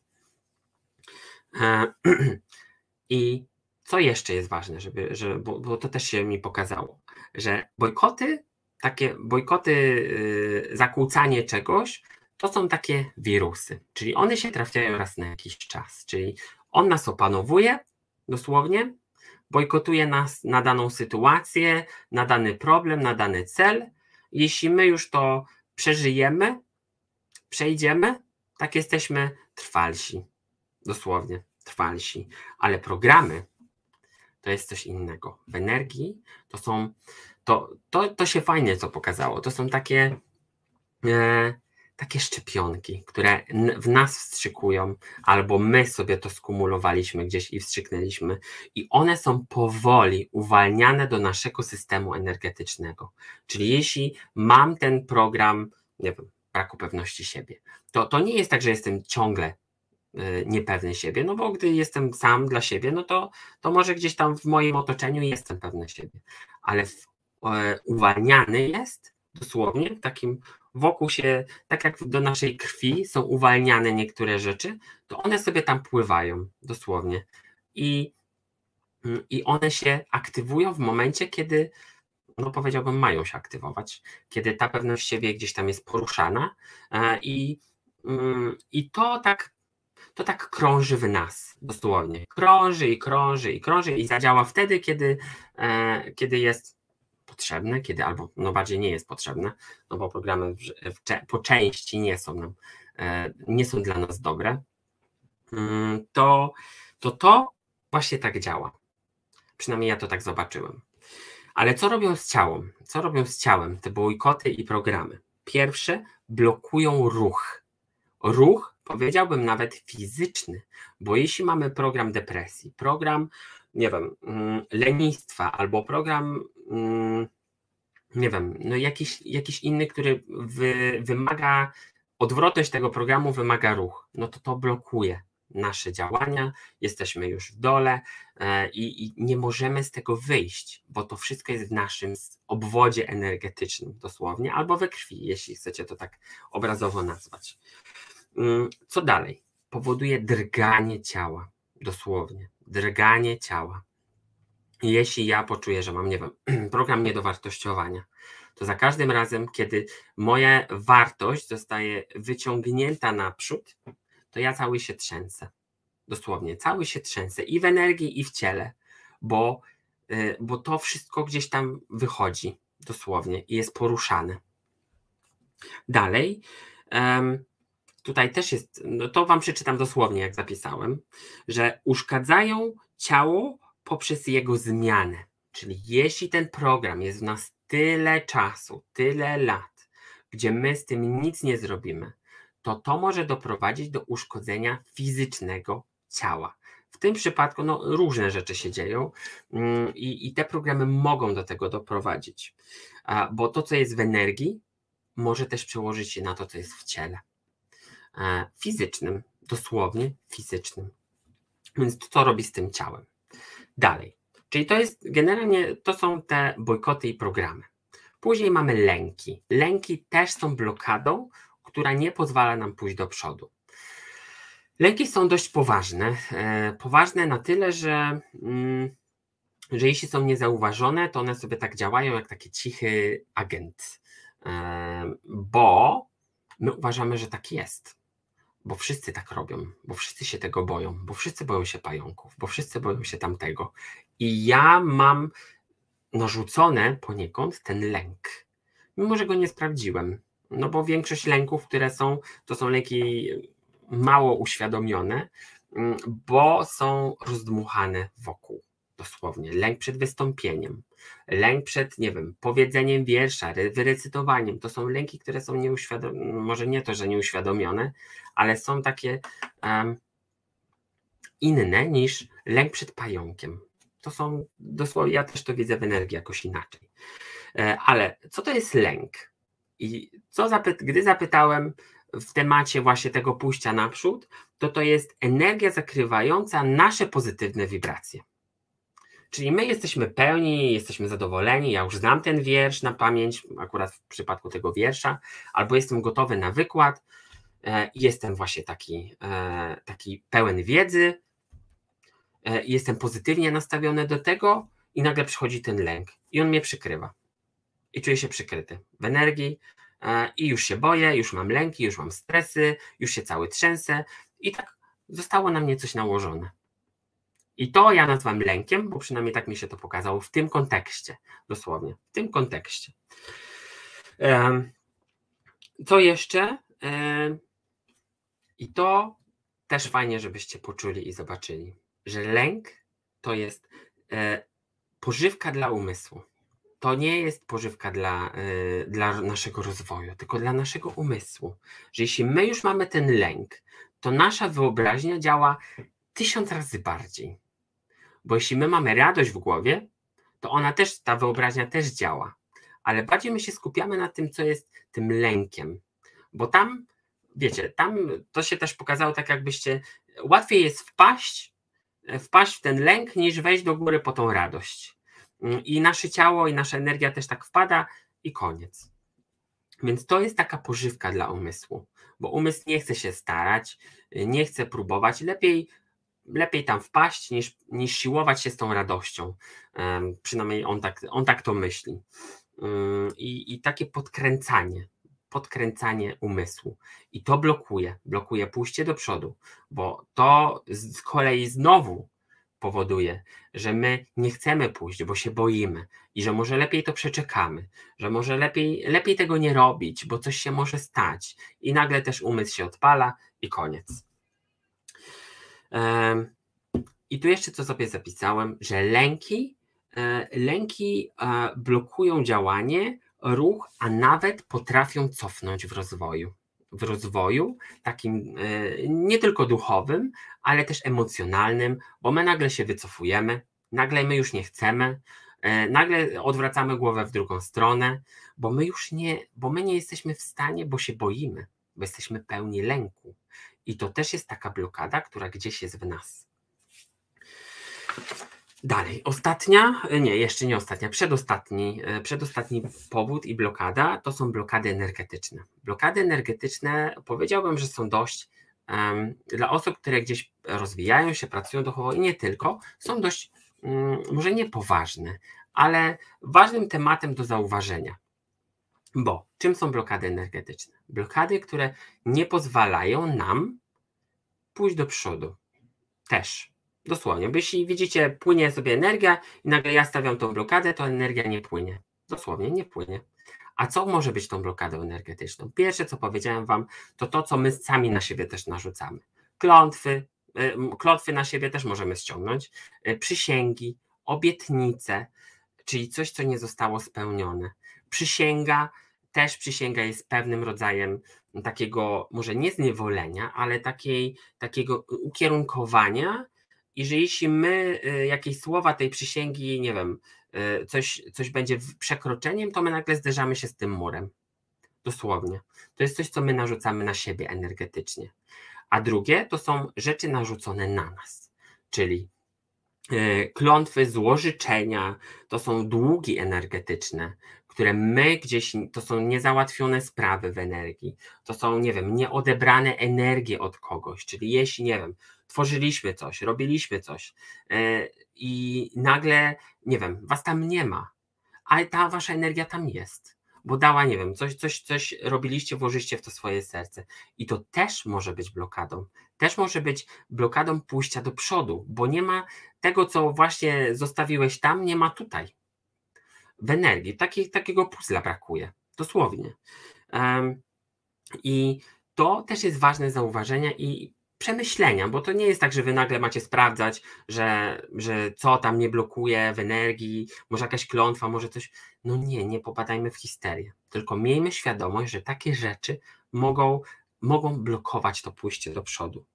I co jeszcze jest ważne, żeby, że, bo, bo to też się mi pokazało, że bojkoty, takie bojkoty, yy, zakłócanie czegoś, to są takie wirusy, czyli one się trafiają raz na jakiś czas, czyli on nas opanowuje dosłownie, bojkotuje nas na daną sytuację, na dany problem, na dany cel. Jeśli my już to przeżyjemy, przejdziemy, tak jesteśmy trwalsi, dosłownie trwalsi, ale programy to jest coś innego. W energii to są, to, to, to się fajnie co pokazało, to są takie e, takie szczepionki, które w nas wstrzykują, albo my sobie to skumulowaliśmy gdzieś i wstrzyknęliśmy i one są powoli uwalniane do naszego systemu energetycznego. Czyli jeśli mam ten program, nie wiem, braku pewności siebie, to, to nie jest tak, że jestem ciągle niepewny siebie, no bo gdy jestem sam dla siebie, no to, to może gdzieś tam w moim otoczeniu jestem pewny siebie, ale w, e, uwalniany jest dosłownie w takim wokół się, tak jak do naszej krwi są uwalniane niektóre rzeczy, to one sobie tam pływają dosłownie i, i one się aktywują w momencie, kiedy, no powiedziałbym, mają się aktywować, kiedy ta pewność siebie gdzieś tam jest poruszana e, i, mm, i to tak to tak krąży w nas, dosłownie. Krąży i krąży i krąży i zadziała wtedy, kiedy, e, kiedy jest potrzebne, kiedy albo no bardziej nie jest potrzebne, no bo programy w, w, po części nie są nam, e, nie są dla nas dobre, mm, to, to to właśnie tak działa. Przynajmniej ja to tak zobaczyłem. Ale co robią z ciałem? Co robią z ciałem te bojkoty i programy? Pierwsze, blokują ruch. Ruch, powiedziałbym nawet fizyczny, bo jeśli mamy program depresji, program, nie wiem, lenistwa albo program, nie wiem, no jakiś, jakiś inny, który wy, wymaga, odwrotność tego programu wymaga ruch, no to to blokuje nasze działania, jesteśmy już w dole i, i nie możemy z tego wyjść, bo to wszystko jest w naszym obwodzie energetycznym dosłownie, albo we krwi, jeśli chcecie to tak obrazowo nazwać. Co dalej? Powoduje drganie ciała, dosłownie, drganie ciała. Jeśli ja poczuję, że mam, nie wiem, program niedowartościowania, to za każdym razem, kiedy moja wartość zostaje wyciągnięta naprzód, to ja cały się trzęsę. Dosłownie, cały się trzęsę i w energii, i w ciele, bo, bo to wszystko gdzieś tam wychodzi, dosłownie, i jest poruszane. Dalej, um, tutaj też jest, no to wam przeczytam dosłownie, jak zapisałem, że uszkadzają ciało poprzez jego zmianę. Czyli jeśli ten program jest w nas tyle czasu, tyle lat, gdzie my z tym nic nie zrobimy, to to może doprowadzić do uszkodzenia fizycznego ciała. W tym przypadku no, różne rzeczy się dzieją i, i te programy mogą do tego doprowadzić, bo to, co jest w energii, może też przełożyć się na to, co jest w ciele. Fizycznym, dosłownie fizycznym. Więc to, co robi z tym ciałem. Dalej. Czyli to jest generalnie, to są te bojkoty i programy. Później mamy lęki. Lęki też są blokadą, która nie pozwala nam pójść do przodu. Lęki są dość poważne. E, poważne na tyle, że, mm, że jeśli są niezauważone, to one sobie tak działają jak taki cichy agent. E, bo my uważamy, że tak jest. Bo wszyscy tak robią, bo wszyscy się tego boją, bo wszyscy boją się pająków, bo wszyscy boją się tamtego. I ja mam narzucone poniekąd ten lęk, mimo że go nie sprawdziłem. No bo większość lęków, które są, to są lęki mało uświadomione, bo są rozdmuchane wokół. Dosłownie. Lęk przed wystąpieniem, lęk przed, nie wiem, powiedzeniem wiersza, wyrecytowaniem. To są lęki, które są nieuświadomione, może nie to, że nieuświadomione, ale są takie um, inne niż lęk przed pająkiem. To są dosłownie, ja też to widzę w energii jakoś inaczej. E, ale co to jest lęk? I co zapy- gdy zapytałem w temacie właśnie tego pójścia naprzód, to to jest energia zakrywająca nasze pozytywne wibracje. Czyli my jesteśmy pełni, jesteśmy zadowoleni, ja już znam ten wiersz na pamięć, akurat w przypadku tego wiersza, albo jestem gotowy na wykład, e, jestem właśnie taki, e, taki pełen wiedzy, e, jestem pozytywnie nastawiony do tego i nagle przychodzi ten lęk i on mnie przykrywa. I czuję się przykryty w energii e, i już się boję, już mam lęki, już mam stresy, już się cały trzęsę i tak zostało na mnie coś nałożone. I to ja nazywam lękiem, bo przynajmniej tak mi się to pokazało w tym kontekście, dosłownie, w tym kontekście. Co jeszcze? I to też fajnie, żebyście poczuli i zobaczyli, że lęk to jest pożywka dla umysłu. To nie jest pożywka dla, dla naszego rozwoju, tylko dla naszego umysłu. Że jeśli my już mamy ten lęk, to nasza wyobraźnia działa tysiąc razy bardziej. Bo jeśli my mamy radość w głowie, to ona też, ta wyobraźnia też działa. Ale bardziej my się skupiamy na tym, co jest tym lękiem. Bo tam, wiecie, tam to się też pokazało tak, jakbyście, łatwiej jest wpaść, wpaść w ten lęk, niż wejść do góry po tą radość. I nasze ciało i nasza energia też tak wpada i koniec. Więc to jest taka pożywka dla umysłu. Bo umysł nie chce się starać, nie chce próbować. Lepiej Lepiej tam wpaść, niż, niż siłować się z tą radością. Um, przynajmniej on tak, on tak to myśli. Um, i, I takie podkręcanie, podkręcanie umysłu. I to blokuje, blokuje pójście do przodu, bo to z kolei znowu powoduje, że my nie chcemy pójść, bo się boimy i że może lepiej to przeczekamy, że może lepiej, lepiej tego nie robić, bo coś się może stać. I nagle też umysł się odpala i koniec. I tu jeszcze co sobie zapisałem, że lęki, lęki blokują działanie, ruch, a nawet potrafią cofnąć w rozwoju. W rozwoju takim nie tylko duchowym, ale też emocjonalnym, bo my nagle się wycofujemy, nagle my już nie chcemy, nagle odwracamy głowę w drugą stronę, bo my już nie, bo my nie jesteśmy w stanie, bo się boimy, bo jesteśmy pełni lęku. I to też jest taka blokada, która gdzieś jest w nas. Dalej, ostatnia, nie, jeszcze nie ostatnia, przedostatni, przedostatni powód i blokada to są blokady energetyczne. Blokady energetyczne powiedziałbym, że są dość um, dla osób, które gdzieś rozwijają się, pracują duchowo i nie tylko, są dość um, może nie poważne, ale ważnym tematem do zauważenia. Bo czym są blokady energetyczne? Blokady, które nie pozwalają nam pójść do przodu. Też. Dosłownie, bo jeśli widzicie, płynie sobie energia i nagle ja stawiam tą blokadę, to energia nie płynie. Dosłownie nie płynie. A co może być tą blokadą energetyczną? Pierwsze, co powiedziałem wam, to to, co my sami na siebie też narzucamy. Klątwy, klątwy na siebie też możemy ściągnąć, przysięgi, obietnice, czyli coś, co nie zostało spełnione. Przysięga, też przysięga jest pewnym rodzajem takiego, może nie zniewolenia, ale takiej, takiego ukierunkowania, i że jeśli my jakieś słowa tej przysięgi, nie wiem, coś, coś będzie przekroczeniem, to my nagle zderzamy się z tym murem. Dosłownie. To jest coś, co my narzucamy na siebie energetycznie. A drugie to są rzeczy narzucone na nas, czyli klątwy, złożyczenia, to są długi energetyczne, które my gdzieś, to są niezałatwione sprawy w energii, to są, nie wiem, nieodebrane energie od kogoś, czyli jeśli, nie wiem, tworzyliśmy coś, robiliśmy coś yy, i nagle, nie wiem, was tam nie ma, ale ta wasza energia tam jest, bo dała, nie wiem, coś, coś, coś robiliście, włożyliście w to swoje serce i to też może być blokadą, też może być blokadą pójścia do przodu, bo nie ma tego, co właśnie zostawiłeś tam, nie ma tutaj. W energii. Taki, takiego puzzla brakuje. Dosłownie. Um, I to też jest ważne zauważenia i przemyślenia, bo to nie jest tak, że wy nagle macie sprawdzać, że, że co tam nie blokuje w energii, może jakaś klątwa, może coś. No nie, nie popadajmy w histerię. Tylko miejmy świadomość, że takie rzeczy mogą, mogą blokować to pójście do przodu.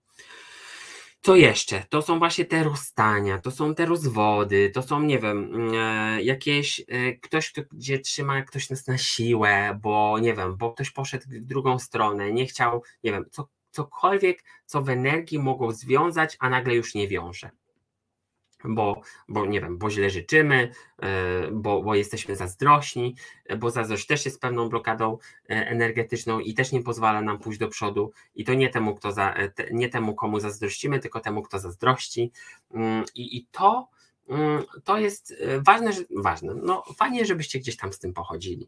Co jeszcze? To są właśnie te rozstania, to są te rozwody, to są, nie wiem, e, jakieś, e, ktoś, kto, gdzie trzyma ktoś nas na siłę, bo nie wiem, bo ktoś poszedł w drugą stronę, nie chciał, nie wiem, co, cokolwiek, co w energii mogło związać, a nagle już nie wiąże. Bo, bo nie wiem, bo źle życzymy, bo, bo jesteśmy zazdrośni, bo zazdrość też jest pewną blokadą energetyczną i też nie pozwala nam pójść do przodu i to nie temu, kto za, nie temu komu zazdrościmy, tylko temu, kto zazdrości i, i to, to jest ważne, ważne, no fajnie, żebyście gdzieś tam z tym pochodzili.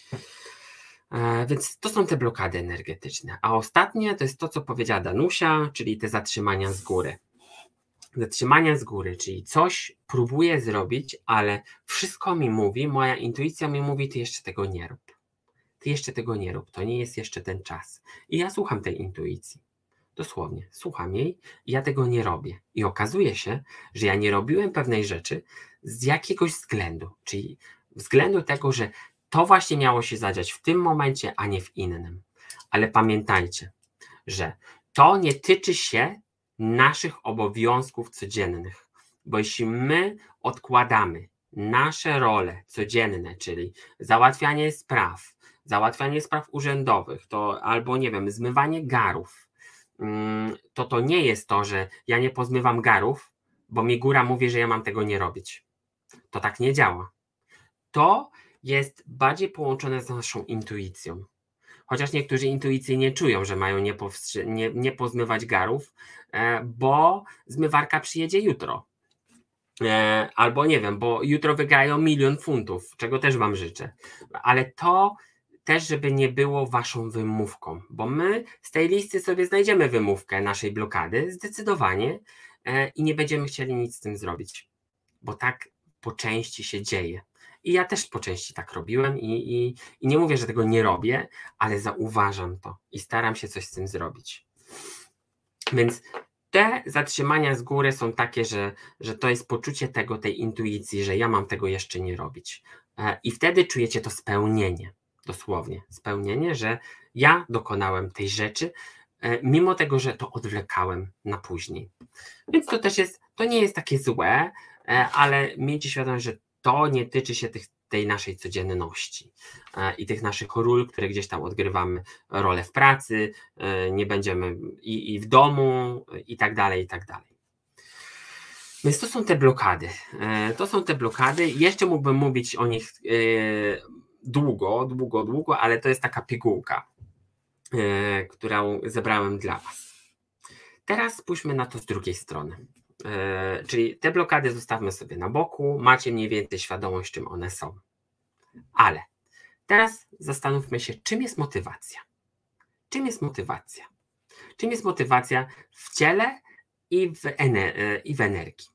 Więc to są te blokady energetyczne, a ostatnie to jest to, co powiedziała Danusia, czyli te zatrzymania z góry. Zatrzymania z góry, czyli coś próbuję zrobić, ale wszystko mi mówi, moja intuicja mi mówi, ty jeszcze tego nie rób. Ty jeszcze tego nie rób, to nie jest jeszcze ten czas. I ja słucham tej intuicji. Dosłownie, słucham jej i ja tego nie robię. I okazuje się, że ja nie robiłem pewnej rzeczy z jakiegoś względu, czyli względu tego, że to właśnie miało się zadziać w tym momencie, a nie w innym. Ale pamiętajcie, że to nie tyczy się naszych obowiązków codziennych, bo jeśli my odkładamy nasze role codzienne, czyli załatwianie spraw, załatwianie spraw urzędowych, to albo nie wiem, zmywanie garów, to to nie jest to, że ja nie pozmywam garów, bo mi góra mówi, że ja mam tego nie robić. To tak nie działa. To jest bardziej połączone z naszą intuicją. Chociaż niektórzy intuicyjnie czują, że mają nie, powstrzy- nie, nie pozmywać garów, e, bo zmywarka przyjedzie jutro. E, albo nie wiem, bo jutro wygrają milion funtów, czego też wam życzę. Ale to też, żeby nie było waszą wymówką, bo my z tej listy sobie znajdziemy wymówkę naszej blokady, zdecydowanie, e, i nie będziemy chcieli nic z tym zrobić, bo tak po części się dzieje. I ja też po części tak robiłem i, i, i nie mówię, że tego nie robię, ale zauważam to i staram się coś z tym zrobić. Więc te zatrzymania z góry są takie, że, że to jest poczucie tego, tej intuicji, że ja mam tego jeszcze nie robić. I wtedy czujecie to spełnienie, dosłownie spełnienie, że ja dokonałem tej rzeczy, mimo tego, że to odwlekałem na później. Więc to też jest, to nie jest takie złe, ale miejcie świadomość, że to nie tyczy się tych, tej naszej codzienności e, i tych naszych ról, które gdzieś tam odgrywamy rolę w pracy, e, nie będziemy i, i w domu i tak dalej, i tak dalej. Więc to są te blokady. To są te blokady. Jeszcze mógłbym mówić o nich długo, długo, długo, ale to jest taka pigułka, którą zebrałem dla Was. Teraz spójrzmy na to z drugiej strony. Czyli te blokady zostawmy sobie na boku, macie mniej więcej świadomość, czym one są. Ale teraz zastanówmy się, czym jest motywacja. Czym jest motywacja? Czym jest motywacja w ciele i w, ener- i w energii?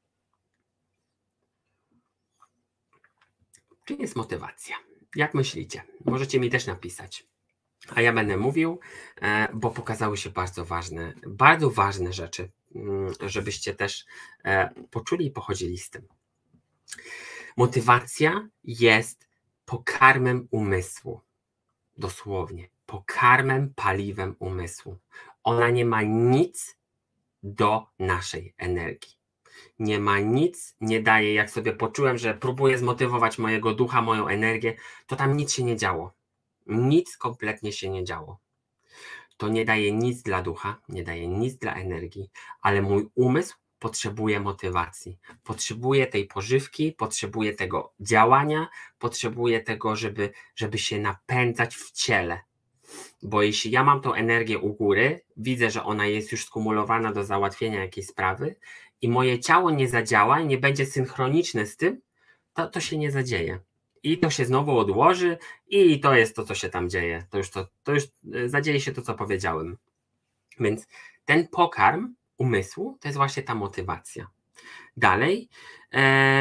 Czym jest motywacja? Jak myślicie? Możecie mi też napisać. A ja będę mówił, bo pokazały się bardzo ważne, bardzo ważne rzeczy, żebyście też poczuli i pochodzili z tym. Motywacja jest pokarmem umysłu. Dosłownie. Pokarmem, paliwem umysłu. Ona nie ma nic do naszej energii. Nie ma nic, nie daje, jak sobie poczułem, że próbuję zmotywować mojego ducha, moją energię, to tam nic się nie działo. Nic kompletnie się nie działo. To nie daje nic dla ducha, nie daje nic dla energii, ale mój umysł potrzebuje motywacji. Potrzebuje tej pożywki, potrzebuje tego działania, potrzebuje tego, żeby, żeby się napędzać w ciele. Bo jeśli ja mam tą energię u góry, widzę, że ona jest już skumulowana do załatwienia jakiejś sprawy i moje ciało nie zadziała i nie będzie synchroniczne z tym, to, to się nie zadzieje. I to się znowu odłoży i to jest to, co się tam dzieje. To już, to, to już zadzieje się to, co powiedziałem. Więc ten pokarm umysłu to jest właśnie ta motywacja. Dalej, e,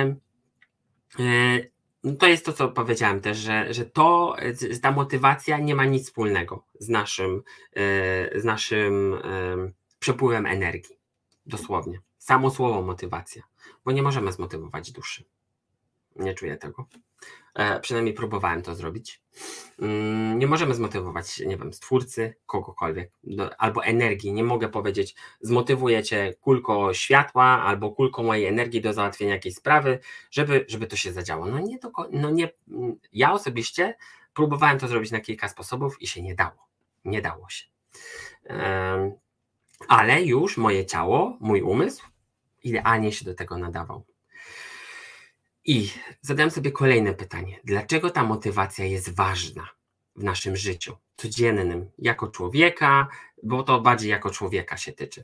e, to jest to, co powiedziałem też, że, że to, ta motywacja nie ma nic wspólnego z naszym, e, z naszym e, przepływem energii. Dosłownie. Samo słowo motywacja. Bo nie możemy zmotywować duszy. Nie czuję tego. E, przynajmniej próbowałem to zrobić. Mm, nie możemy zmotywować, nie wiem, stwórcy, kogokolwiek, do, albo energii. Nie mogę powiedzieć, zmotywuję cię kulko światła albo kulko mojej energii do załatwienia jakiejś sprawy, żeby, żeby to się zadziało. No nie, do, no nie, ja osobiście próbowałem to zrobić na kilka sposobów i się nie dało. Nie dało się. E, ale już moje ciało, mój umysł idealnie się do tego nadawał. I zadałem sobie kolejne pytanie. Dlaczego ta motywacja jest ważna w naszym życiu codziennym, jako człowieka, bo to bardziej jako człowieka się tyczy.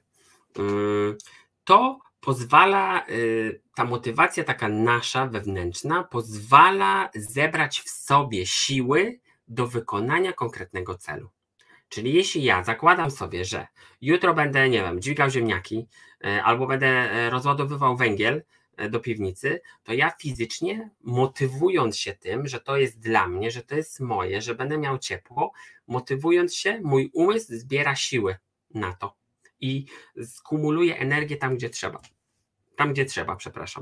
To pozwala, ta motywacja taka nasza, wewnętrzna, pozwala zebrać w sobie siły do wykonania konkretnego celu. Czyli jeśli ja zakładam sobie, że jutro będę, nie wiem, dźwigał ziemniaki albo będę rozładowywał węgiel do piwnicy, to ja fizycznie, motywując się tym, że to jest dla mnie, że to jest moje, że będę miał ciepło, motywując się, mój umysł zbiera siły na to i skumuluje energię tam, gdzie trzeba. Tam, gdzie trzeba, przepraszam.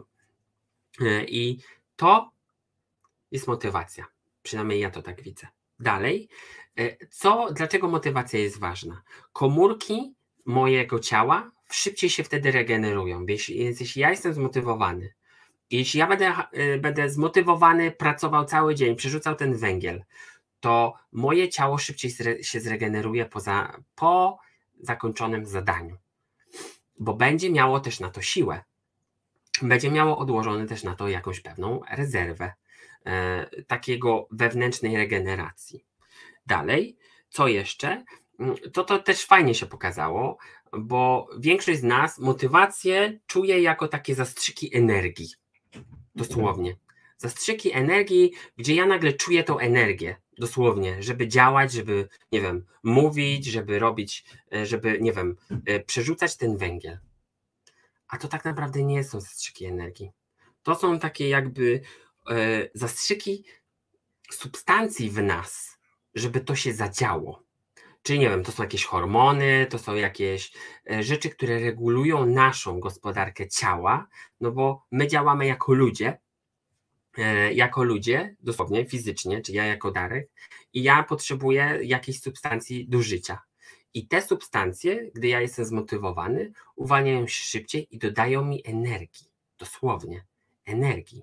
I to jest motywacja. Przynajmniej ja to tak widzę. Dalej, co, dlaczego motywacja jest ważna? Komórki mojego ciała szybciej się wtedy regenerują, więc jeśli ja jestem zmotywowany, jeśli ja będę, będę zmotywowany, pracował cały dzień, przerzucał ten węgiel, to moje ciało szybciej się zregeneruje po, za, po zakończonym zadaniu, bo będzie miało też na to siłę, będzie miało odłożone też na to jakąś pewną rezerwę e, takiego wewnętrznej regeneracji. Dalej, co jeszcze? To to też fajnie się pokazało, bo większość z nas motywację czuje jako takie zastrzyki energii. Dosłownie. Zastrzyki energii, gdzie ja nagle czuję tą energię. Dosłownie, żeby działać, żeby, nie wiem, mówić, żeby robić, żeby, nie wiem, przerzucać ten węgiel. A to tak naprawdę nie są zastrzyki energii. To są takie jakby e, zastrzyki substancji w nas, żeby to się zadziało. Czyli nie wiem, to są jakieś hormony, to są jakieś rzeczy, które regulują naszą gospodarkę ciała, no bo my działamy jako ludzie, jako ludzie, dosłownie fizycznie, czy ja jako Darek, i ja potrzebuję jakiejś substancji do życia. I te substancje, gdy ja jestem zmotywowany, uwalniają się szybciej i dodają mi energii, dosłownie, energii.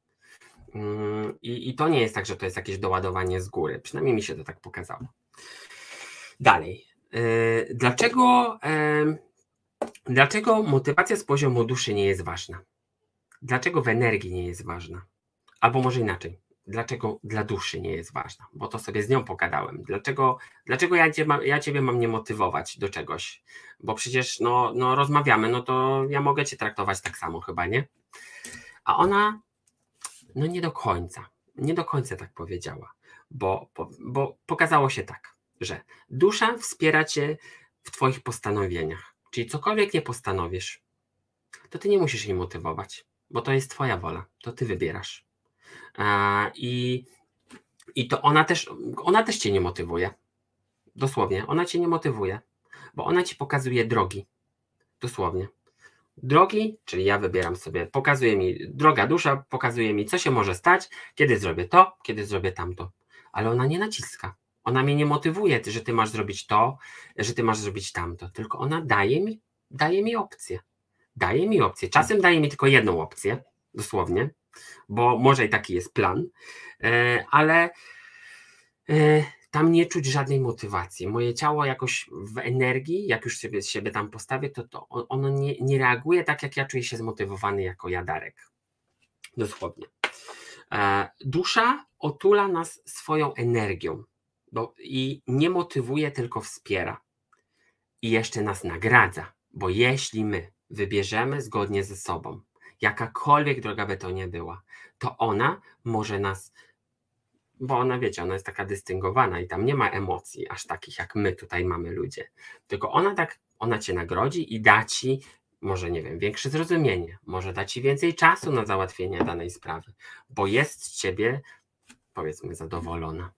I, i to nie jest tak, że to jest jakieś doładowanie z góry, przynajmniej mi się to tak pokazało. Dalej. Dlaczego Dlaczego motywacja z poziomu duszy nie jest ważna? Dlaczego w energii nie jest ważna? Albo może inaczej, dlaczego dla duszy nie jest ważna? Bo to sobie z nią pogadałem. Dlaczego, dlaczego ja, cię ma, ja Ciebie mam nie motywować do czegoś? Bo przecież no, no rozmawiamy, no to ja mogę Cię traktować tak samo chyba, nie? A ona, no nie do końca, nie do końca tak powiedziała, bo, bo, bo pokazało się tak, że dusza wspiera Cię w Twoich postanowieniach. Czyli cokolwiek nie postanowisz, to Ty nie musisz jej motywować, bo to jest Twoja wola, to Ty wybierasz. I, i to ona też, ona też Cię nie motywuje. Dosłownie, ona Cię nie motywuje, bo ona Ci pokazuje drogi. Dosłownie. Drogi, czyli ja wybieram sobie, pokazuje mi, droga dusza pokazuje mi, co się może stać, kiedy zrobię to, kiedy zrobię tamto. Ale ona nie naciska. Ona mnie nie motywuje, że Ty masz zrobić to, że Ty masz zrobić tamto, tylko ona daje mi, daje mi opcję. Daje mi opcję. Czasem daje mi tylko jedną opcję, dosłownie, bo może i taki jest plan, ale tam nie czuć żadnej motywacji. Moje ciało jakoś w energii, jak już sobie, siebie tam postawię, to, to ono nie, nie reaguje tak, jak ja czuję się zmotywowany jako jadarek. Dosłownie. Dusza otula nas swoją energią bo, i nie motywuje, tylko wspiera. I jeszcze nas nagradza, bo jeśli my wybierzemy zgodnie ze sobą, jakakolwiek droga by to nie była, to ona może nas, bo ona, wiecie, ona jest taka dystyngowana i tam nie ma emocji aż takich, jak my tutaj mamy ludzie, tylko ona tak, ona Cię nagrodzi i da Ci, może nie wiem, większe zrozumienie, może da Ci więcej czasu na załatwienie danej sprawy, bo jest z Ciebie, powiedzmy, zadowolona.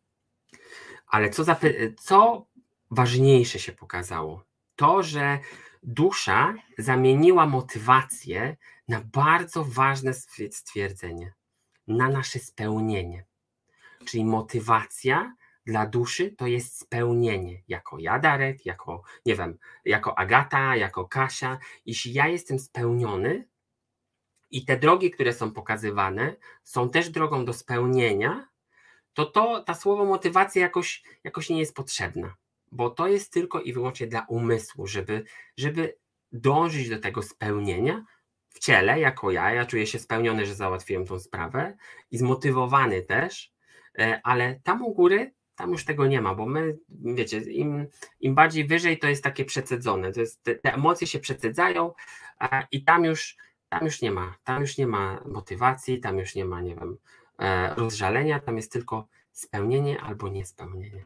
Ale co, zapy- co ważniejsze się pokazało? To, że dusza zamieniła motywację na bardzo ważne stwierdzenie, na nasze spełnienie. Czyli motywacja dla duszy to jest spełnienie. Jako ja, Darek, jako, nie wiem, jako Agata, jako Kasia. Jeśli ja jestem spełniony i te drogi, które są pokazywane, są też drogą do spełnienia, to, to ta słowo motywacja jakoś, jakoś nie jest potrzebna. Bo to jest tylko i wyłącznie dla umysłu, żeby, żeby dążyć do tego spełnienia w ciele, jako ja. Ja czuję się spełniony, że załatwiłem tą sprawę i zmotywowany też, ale tam u góry, tam już tego nie ma, bo my, wiecie, im, im bardziej wyżej, to jest takie przecedzone, to jest, te, te emocje się przecedzają i tam już, tam już nie ma, tam już nie ma motywacji, tam już nie ma, nie wiem, rozżalenia, tam jest tylko spełnienie albo niespełnienie.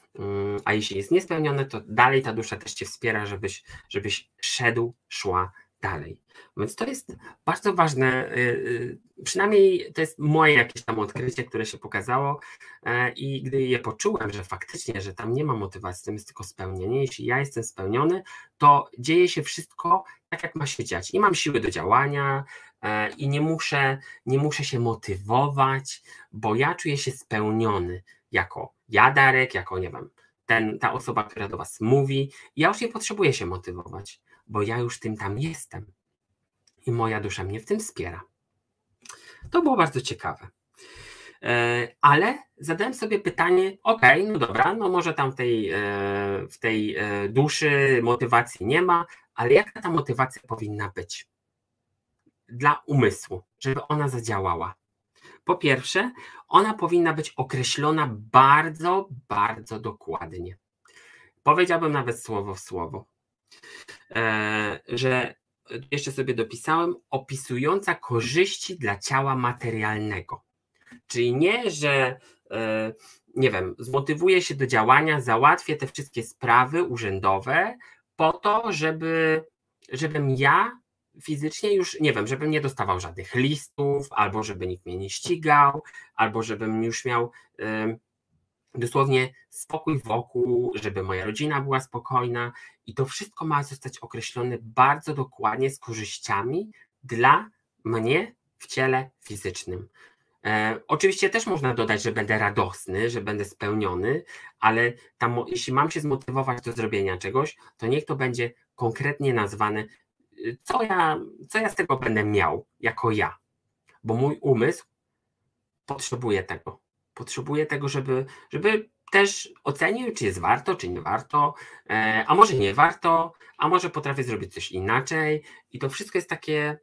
A jeśli jest niespełnione, to dalej ta dusza też Cię wspiera, żebyś, żebyś szedł, szła dalej. Więc to jest bardzo ważne, przynajmniej to jest moje jakieś tam odkrycie, które się pokazało i gdy je poczułem, że faktycznie, że tam nie ma motywacji, tam jest tylko spełnienie, jeśli ja jestem spełniony, to dzieje się wszystko tak, jak ma się dziać i mam siły do działania i nie muszę, nie muszę się motywować, bo ja czuję się spełniony jako ja, Darek, jako, nie wiem, ten, ta osoba, która do Was mówi, ja już nie potrzebuję się motywować, bo ja już tym tam jestem i moja dusza mnie w tym wspiera. To było bardzo ciekawe. Ale zadałem sobie pytanie, okej, okay, no dobra, no może tam w tej, w tej duszy motywacji nie ma, ale jaka ta motywacja powinna być dla umysłu, żeby ona zadziałała? Po pierwsze, ona powinna być określona bardzo, bardzo dokładnie. Powiedziałbym nawet słowo w słowo, że jeszcze sobie dopisałem, opisująca korzyści dla ciała materialnego. Czyli nie, że nie wiem, zmotywuję się do działania, załatwię te wszystkie sprawy urzędowe po to, żeby, żebym ja fizycznie już, nie wiem, żebym nie dostawał żadnych listów, albo żeby nikt mnie nie ścigał, albo żebym już miał y, dosłownie spokój wokół, żeby moja rodzina była spokojna i to wszystko ma zostać określone bardzo dokładnie z korzyściami dla mnie w ciele fizycznym. E, oczywiście też można dodać, że będę radosny, że będę spełniony, ale tam, jeśli mam się zmotywować do zrobienia czegoś, to niech to będzie konkretnie nazwane, co ja, co ja z tego będę miał jako ja, bo mój umysł potrzebuje tego. Potrzebuje tego, żeby, żeby też ocenię, czy jest warto, czy nie warto, a może nie warto, a może potrafię zrobić coś inaczej i to wszystko jest takie,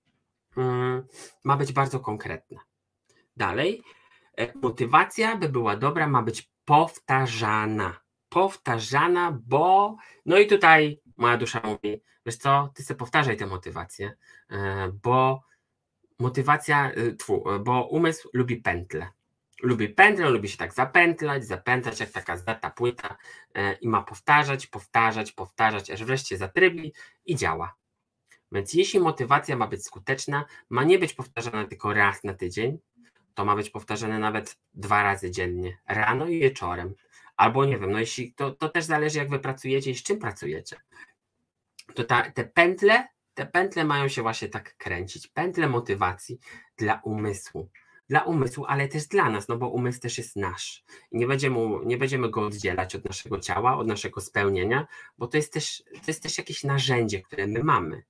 ma być bardzo konkretne. Dalej, motywacja, by była dobra, ma być powtarzana. Powtarzana, bo... No i tutaj moja dusza mówi, wiesz co, ty sobie powtarzaj tę motywację, bo motywacja, tfu, bo umysł lubi pętle. Lubi pętlę, lubi się tak zapętlać, zapętlać jak taka zdata płyta i ma powtarzać, powtarzać, powtarzać, aż wreszcie zatrybi i działa. Więc jeśli motywacja ma być skuteczna, ma nie być powtarzana tylko raz na tydzień, to ma być powtarzane nawet dwa razy dziennie, rano i wieczorem. Albo nie wiem, no jeśli to, to też zależy, jak wy pracujecie i z czym pracujecie. To ta, te pętle, te pętle mają się właśnie tak kręcić. Pętle motywacji dla umysłu. Dla umysłu, ale też dla nas, no bo umysł też jest nasz. I nie będziemy, nie będziemy go oddzielać od naszego ciała, od naszego spełnienia, bo to jest też, to jest też jakieś narzędzie, które my mamy.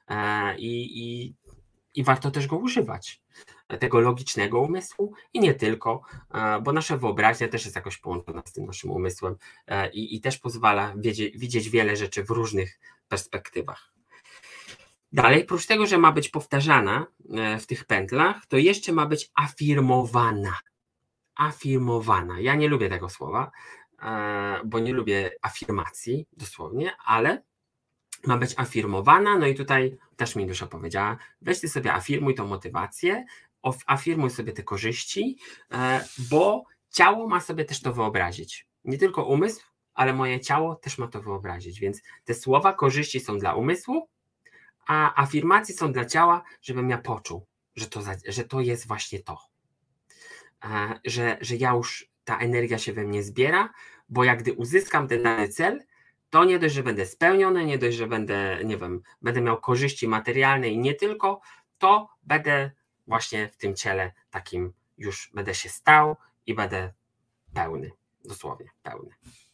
I, i, i warto też go używać, tego logicznego umysłu i nie tylko, bo nasza wyobraźnia też jest jakoś połączona z tym naszym umysłem i, i też pozwala wiedzieć, widzieć wiele rzeczy w różnych perspektywach. Dalej, oprócz tego, że ma być powtarzana w tych pętlach, to jeszcze ma być afirmowana. Afirmowana. Ja nie lubię tego słowa, bo nie lubię afirmacji dosłownie, ale ma być afirmowana, no i tutaj też mi dusza powiedziała, weź ty sobie afirmuj tą motywację, afirmuj sobie te korzyści, bo ciało ma sobie też to wyobrazić. Nie tylko umysł, ale moje ciało też ma to wyobrazić, więc te słowa korzyści są dla umysłu, a afirmacje są dla ciała, żebym ja poczuł, że to, że to jest właśnie to. Że, że ja już, ta energia się we mnie zbiera, bo jak gdy uzyskam ten dany cel, to nie dość, że będę spełniony, nie dość, że będę, nie wiem, będę miał korzyści materialne i nie tylko, to będę właśnie w tym ciele takim już będę się stał i będę pełny, dosłownie pełny.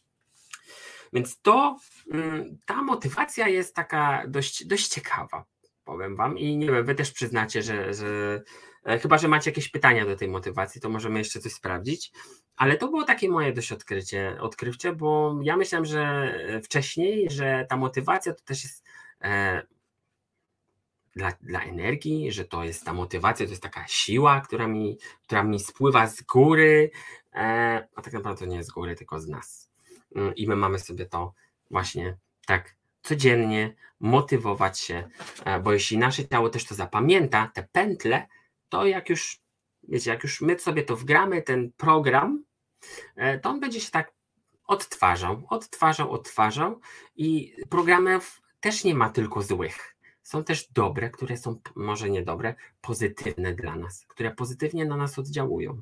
Więc to, ta motywacja jest taka dość, dość ciekawa, powiem wam i nie wiem, wy też przyznacie, że, że chyba, że macie jakieś pytania do tej motywacji, to możemy jeszcze coś sprawdzić. Ale to było takie moje dość odkrycie, odkrywcze, bo ja myślałem, że wcześniej, że ta motywacja to też jest e, dla, dla energii, że to jest ta motywacja, to jest taka siła, która mi, która mi spływa z góry, e, a tak naprawdę to nie jest z góry, tylko z nas. I my mamy sobie to właśnie tak codziennie motywować się, e, bo jeśli nasze ciało też to zapamięta, te pętle, to jak już wiecie, jak już my sobie to wgramy, ten program, to on będzie się tak odtwarzał, odtwarzał, odtwarzał i programów też nie ma tylko złych. Są też dobre, które są może niedobre, pozytywne dla nas, które pozytywnie na nas oddziałują.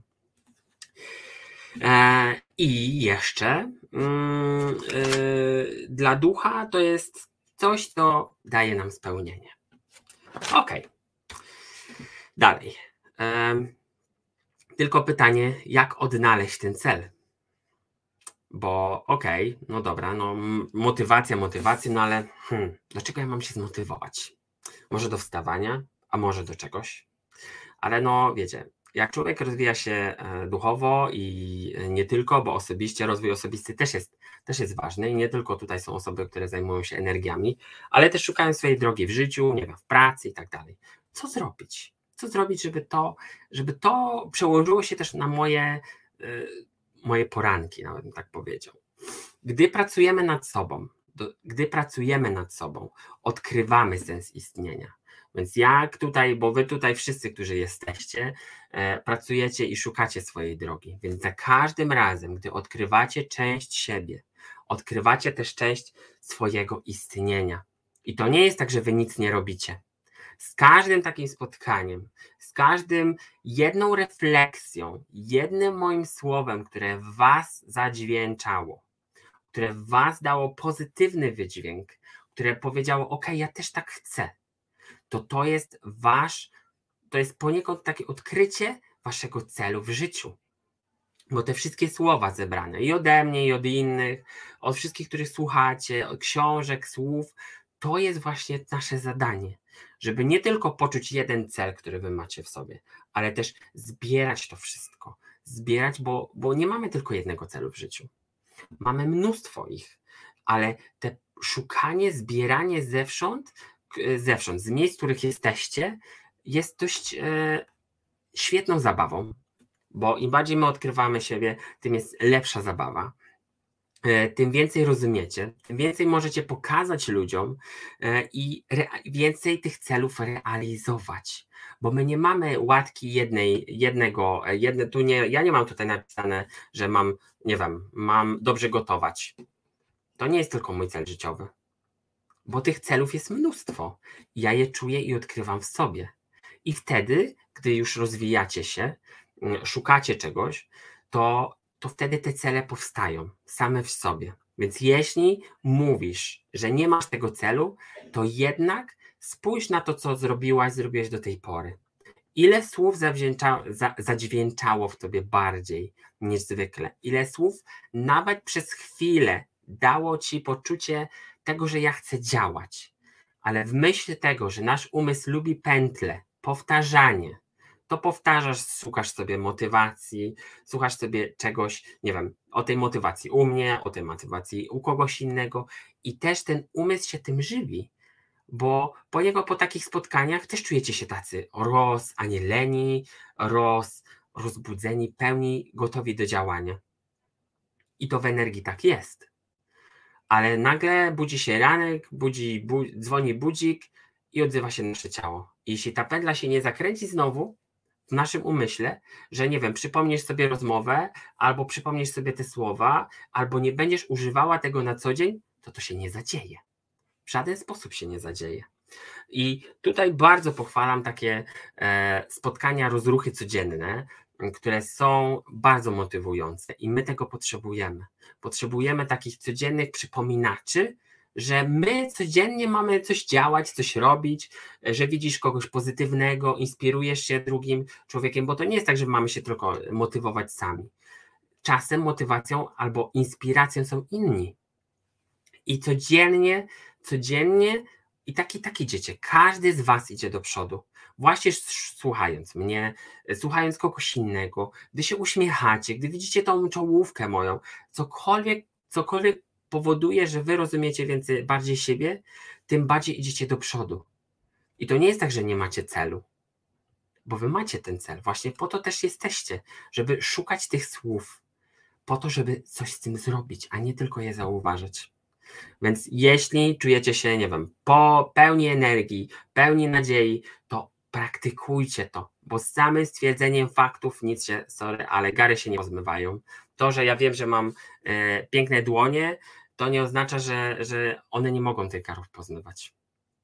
I jeszcze yy, dla ducha to jest coś, co daje nam spełnienie. Ok. Dalej. Yy. Tylko pytanie, jak odnaleźć ten cel? Bo okej, okay, no dobra, no motywacja, motywacja, no ale hmm, do czego ja mam się zmotywować? Może do wstawania, a może do czegoś. Ale no wiecie, jak człowiek rozwija się duchowo i nie tylko, bo osobiście rozwój osobisty też jest, też jest ważny i nie tylko tutaj są osoby, które zajmują się energiami, ale też szukają swojej drogi w życiu, nie wiem, w pracy i tak dalej. Co zrobić? Co zrobić, żeby to, żeby to przełożyło się też na moje, yy, moje poranki, nawet bym tak powiedział. Gdy pracujemy nad sobą, do, gdy pracujemy nad sobą, odkrywamy sens istnienia. Więc jak tutaj, bo wy tutaj wszyscy, którzy jesteście, e, pracujecie i szukacie swojej drogi. Więc za każdym razem, gdy odkrywacie część siebie, odkrywacie też część swojego istnienia. I to nie jest tak, że wy nic nie robicie. Z każdym takim spotkaniem, z każdym jedną refleksją, jednym moim słowem, które w was zadźwięczało, które w was dało pozytywny wydźwięk, które powiedziało, ok, ja też tak chcę, to to jest wasz, to jest poniekąd takie odkrycie waszego celu w życiu. Bo te wszystkie słowa zebrane i ode mnie, i od innych, od wszystkich, których słuchacie, od książek, słów, to jest właśnie nasze zadanie, żeby nie tylko poczuć jeden cel, który wy macie w sobie, ale też zbierać to wszystko, zbierać, bo, bo nie mamy tylko jednego celu w życiu. Mamy mnóstwo ich, ale te szukanie, zbieranie zewsząd, zewsząd, z miejsc, w których jesteście, jest dość e, świetną zabawą, bo im bardziej my odkrywamy siebie, tym jest lepsza zabawa. Tym więcej rozumiecie, tym więcej możecie pokazać ludziom i więcej tych celów realizować. Bo my nie mamy łatki jednej, jednego, jedne, tu nie, ja nie mam tutaj napisane, że mam, nie wiem, mam dobrze gotować. To nie jest tylko mój cel życiowy, bo tych celów jest mnóstwo. Ja je czuję i odkrywam w sobie. I wtedy, gdy już rozwijacie się, szukacie czegoś, to to wtedy te cele powstają same w sobie. Więc jeśli mówisz, że nie masz tego celu, to jednak spójrz na to, co zrobiłaś, zrobiłeś do tej pory. Ile słów zadźwięczało w tobie bardziej niż zwykle? Ile słów nawet przez chwilę dało ci poczucie tego, że ja chcę działać. Ale w myśl tego, że nasz umysł lubi pętle, powtarzanie, to powtarzasz, słuchasz sobie motywacji, słuchasz sobie czegoś, nie wiem, o tej motywacji u mnie, o tej motywacji u kogoś innego i też ten umysł się tym żywi, bo po niego po takich spotkaniach też czujecie się tacy roz, a nie leni, roz, rozbudzeni, pełni, gotowi do działania. I to w energii tak jest. Ale nagle budzi się ranek, budzi, bu, dzwoni budzik i odzywa się nasze ciało. I jeśli ta pętla się nie zakręci znowu, w naszym umyśle, że nie wiem, przypomnisz sobie rozmowę, albo przypomnisz sobie te słowa, albo nie będziesz używała tego na co dzień, to to się nie zadzieje. W żaden sposób się nie zadzieje. I tutaj bardzo pochwalam takie e, spotkania, rozruchy codzienne, które są bardzo motywujące i my tego potrzebujemy. Potrzebujemy takich codziennych przypominaczy, że my codziennie mamy coś działać, coś robić, że widzisz kogoś pozytywnego, inspirujesz się drugim człowiekiem, bo to nie jest tak, że mamy się tylko motywować sami. Czasem motywacją albo inspiracją są inni. I codziennie, codziennie i tak i tak idziecie. Każdy z was idzie do przodu. Właśnie słuchając mnie, słuchając kogoś innego, gdy się uśmiechacie, gdy widzicie tą czołówkę moją, cokolwiek, cokolwiek powoduje, że wy rozumiecie więcej, bardziej siebie, tym bardziej idziecie do przodu. I to nie jest tak, że nie macie celu, bo wy macie ten cel. Właśnie po to też jesteście, żeby szukać tych słów, po to, żeby coś z tym zrobić, a nie tylko je zauważyć. Więc jeśli czujecie się, nie wiem, po pełni energii, pełni nadziei, to praktykujcie to, bo z samym stwierdzeniem faktów nic się, sorry, ale gary się nie pozmywają. To, że ja wiem, że mam e, piękne dłonie, to nie oznacza, że, że one nie mogą tych garów pozmywać.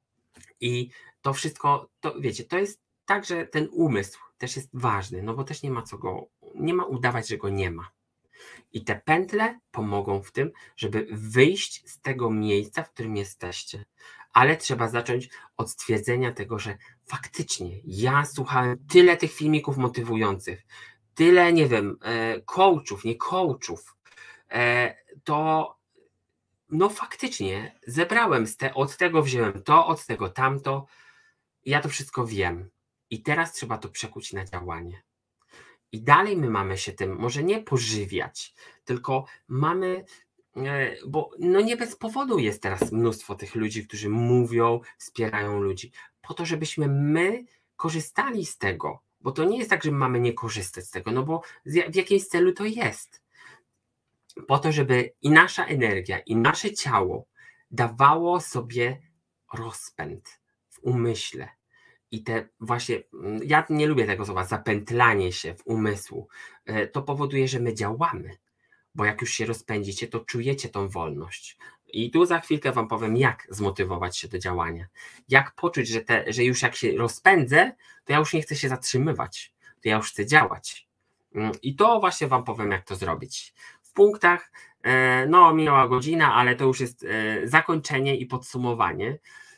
I to wszystko, to wiecie, to jest tak, że ten umysł też jest ważny, no bo też nie ma co go, nie ma udawać, że go nie ma. I te pętle pomogą w tym, żeby wyjść z tego miejsca, w którym jesteście. Ale trzeba zacząć od stwierdzenia tego, że faktycznie ja słuchałem tyle tych filmików motywujących, tyle, nie wiem, coachów, nie coachów, to no faktycznie zebrałem z te, od tego wziąłem to, od tego tamto, ja to wszystko wiem. I teraz trzeba to przekuć na działanie. I dalej my mamy się tym, może nie pożywiać, tylko mamy, bo no nie bez powodu jest teraz mnóstwo tych ludzi, którzy mówią, wspierają ludzi, po to, żebyśmy my korzystali z tego, bo to nie jest tak, że mamy nie korzystać z tego, no bo w jakimś celu to jest. Po to, żeby i nasza energia, i nasze ciało dawało sobie rozpęd w umyśle. I te właśnie, ja nie lubię tego słowa, zapętlanie się w umysłu, to powoduje, że my działamy, bo jak już się rozpędzicie, to czujecie tą wolność. I tu za chwilkę wam powiem, jak zmotywować się do działania. Jak poczuć, że, te, że już jak się rozpędzę, to ja już nie chcę się zatrzymywać, to ja już chcę działać. I to właśnie wam powiem, jak to zrobić. W punktach, no minęła godzina, ale to już jest zakończenie i podsumowanie.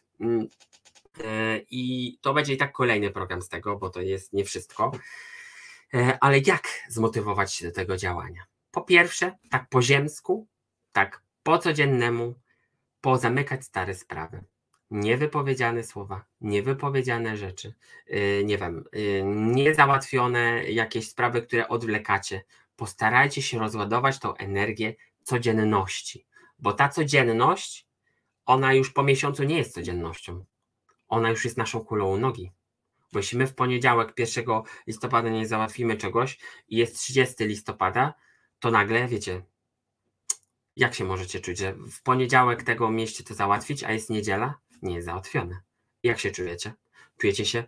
I to będzie i tak kolejny program z tego, bo to jest nie wszystko. Ale jak zmotywować się do tego działania? Po pierwsze, tak po ziemsku, tak po codziennemu, pozamykać stare sprawy. Niewypowiedziane słowa, niewypowiedziane rzeczy, yy, nie wiem, yy, niezałatwione jakieś sprawy, które odwlekacie. Postarajcie się rozładować tą energię codzienności, bo ta codzienność, ona już po miesiącu nie jest codziennością. Ona już jest naszą kulą u nogi. Bo jeśli my w poniedziałek pierwszego listopada nie załatwimy czegoś i jest trzydziestego listopada, to nagle, wiecie, jak się możecie czuć, że w poniedziałek tego mieliście to załatwić, a jest niedziela? Nie jest załatwione. Jak się czujecie? Czujecie się?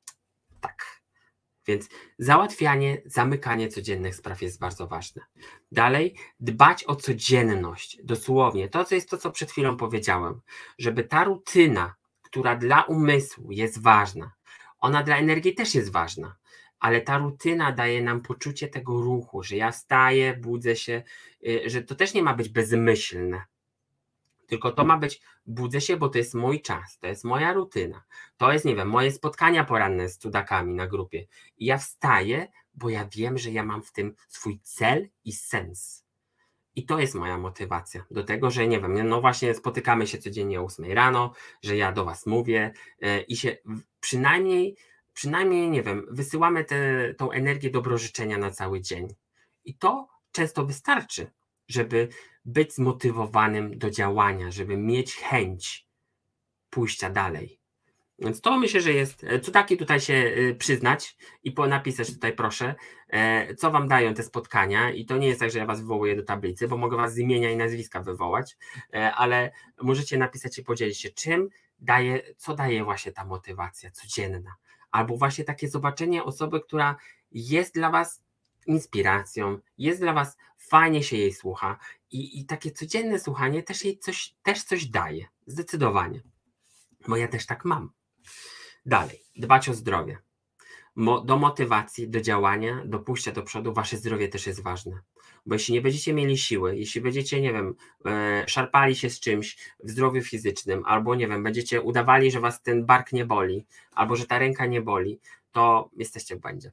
Tak. Więc załatwianie, zamykanie codziennych spraw jest bardzo ważne. Dalej, dbać o codzienność. Dosłownie, to co jest to, co przed chwilą powiedziałem, żeby ta rutyna, która dla umysłu jest ważna, ona dla energii też jest ważna, ale ta rutyna daje nam poczucie tego ruchu, że ja wstaję, budzę się, że to też nie ma być bezmyślne, tylko to ma być, budzę się, bo to jest mój czas, to jest moja rutyna, to jest, nie wiem, moje spotkania poranne z cudakami na grupie i ja wstaję, bo ja wiem, że ja mam w tym swój cel i sens. I to jest moja motywacja do tego, że nie wiem, no właśnie spotykamy się codziennie o ósmej rano, że ja do was mówię yy, i się przynajmniej, przynajmniej, nie wiem, wysyłamy tę tą energię dobrożyczenia na cały dzień. I to często wystarczy, żeby być zmotywowanym do działania, żeby mieć chęć pójścia dalej. Więc to myślę, że jest, cudaki tutaj się przyznać i napisać tutaj proszę, co wam dają te spotkania i to nie jest tak, że ja was wywołuję do tablicy, bo mogę was z imienia i nazwiska wywołać, ale możecie napisać i podzielić się, czym daje, co daje właśnie ta motywacja codzienna, albo właśnie takie zobaczenie osoby, która jest dla was inspiracją, jest dla was, fajnie się jej słucha i, i takie codzienne słuchanie też jej coś, też coś daje, zdecydowanie, bo ja też tak mam. Dalej, dbać o zdrowie. Mo, do motywacji, do działania, do pójścia do przodu, wasze zdrowie też jest ważne. Bo jeśli nie będziecie mieli siły, jeśli będziecie, nie wiem, e, szarpali się z czymś w zdrowiu fizycznym, albo nie wiem, będziecie udawali, że was ten bark nie boli, albo że ta ręka nie boli, to jesteście w błędzie.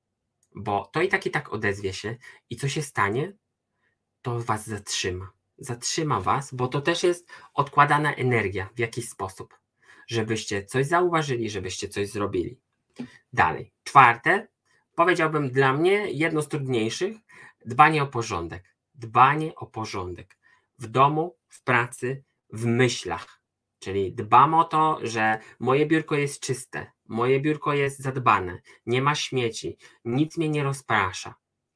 Bo to i tak i tak odezwie się i co się stanie, to was zatrzyma. Zatrzyma was, bo to też jest odkładana energia w jakiś sposób, żebyście coś zauważyli, żebyście coś zrobili. Dalej. Czwarte, powiedziałbym dla mnie jedno z trudniejszych, dbanie o porządek. Dbanie o porządek. W domu, w pracy, w myślach. Czyli dbam o to, że moje biurko jest czyste, moje biurko jest zadbane, nie ma śmieci, nic mnie nie rozprasza.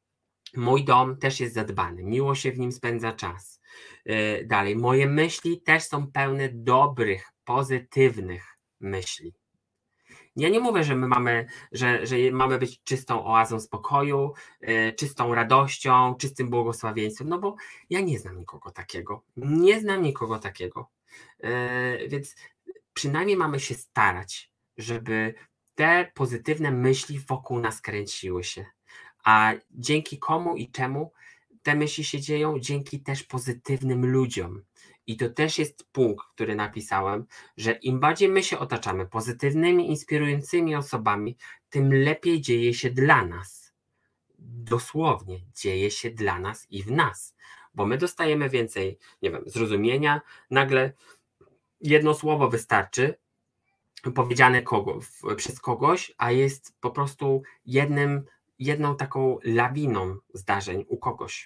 Mój dom też jest zadbany, miło się w nim spędza czas. Yy, dalej, moje myśli też są pełne dobrych, pozytywnych myśli. Ja nie mówię, że my mamy, że, że mamy być czystą oazą spokoju, yy, czystą radością, czystym błogosławieństwem, no bo ja nie znam nikogo takiego. Nie znam nikogo takiego. Yy, więc przynajmniej mamy się starać, żeby te pozytywne myśli wokół nas kręciły się. A dzięki komu i czemu te myśli się dzieją? Dzięki też pozytywnym ludziom. I to też jest punkt, który napisałem, że im bardziej my się otaczamy pozytywnymi, inspirującymi osobami, tym lepiej dzieje się dla nas. Dosłownie dzieje się dla nas i w nas. Bo my dostajemy więcej, nie wiem, zrozumienia, nagle jedno słowo wystarczy, powiedziane kogo, przez kogoś, a jest po prostu jednym, jedną taką lawiną zdarzeń u kogoś.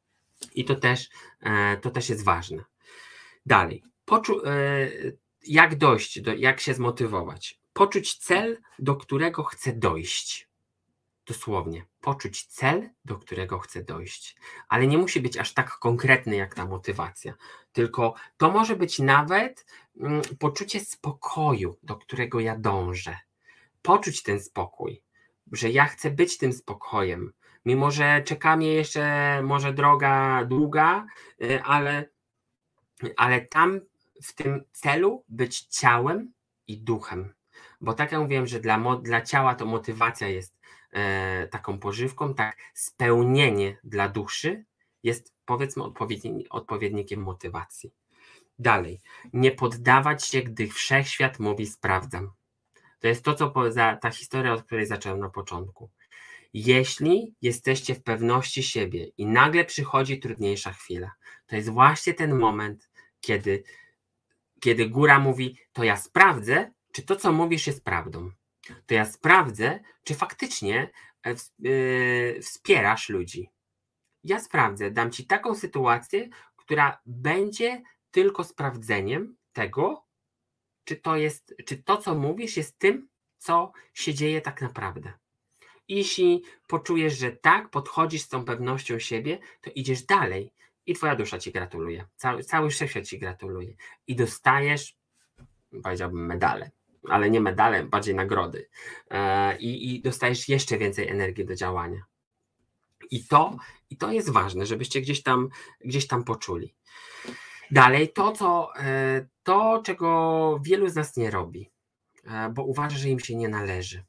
I to też, to też jest ważne. Dalej, poczu- jak dojść, do, jak się zmotywować? Poczuć cel, do którego chcę dojść. Dosłownie, poczuć cel, do którego chcę dojść. Ale nie musi być aż tak konkretny jak ta motywacja, tylko to może być nawet mm, poczucie spokoju, do którego ja dążę. Poczuć ten spokój, że ja chcę być tym spokojem, mimo że czeka mnie jeszcze może droga długa, ale, ale tam w tym celu być ciałem i duchem. Bo tak jak mówiłem, że dla, dla ciała to motywacja jest e, taką pożywką, tak spełnienie dla duszy jest, powiedzmy, odpowiedni, odpowiednikiem motywacji. Dalej, nie poddawać się, gdy wszechświat mówi sprawdzam. To jest to, co poza, ta historia, od której zacząłem na początku. Jeśli jesteście w pewności siebie i nagle przychodzi trudniejsza chwila, to jest właśnie ten moment, kiedy, kiedy góra mówi, to ja sprawdzę, czy to, co mówisz, jest prawdą. To ja sprawdzę, czy faktycznie yy, wspierasz ludzi. Ja sprawdzę, dam ci taką sytuację, która będzie tylko sprawdzeniem tego, czy to jest, czy to, co mówisz, jest tym, co się dzieje tak naprawdę. Jeśli poczujesz, że tak, podchodzisz z tą pewnością siebie, to idziesz dalej i twoja dusza ci gratuluje. Cały, cały wszechświat ci gratuluje. I dostajesz, powiedziałbym, medale, ale nie medale, bardziej nagrody. I, i dostajesz jeszcze więcej energii do działania. I to, I to jest ważne, żebyście gdzieś tam, gdzieś tam poczuli. Dalej, to, co, to, czego wielu z nas nie robi, bo uważa, że im się nie należy.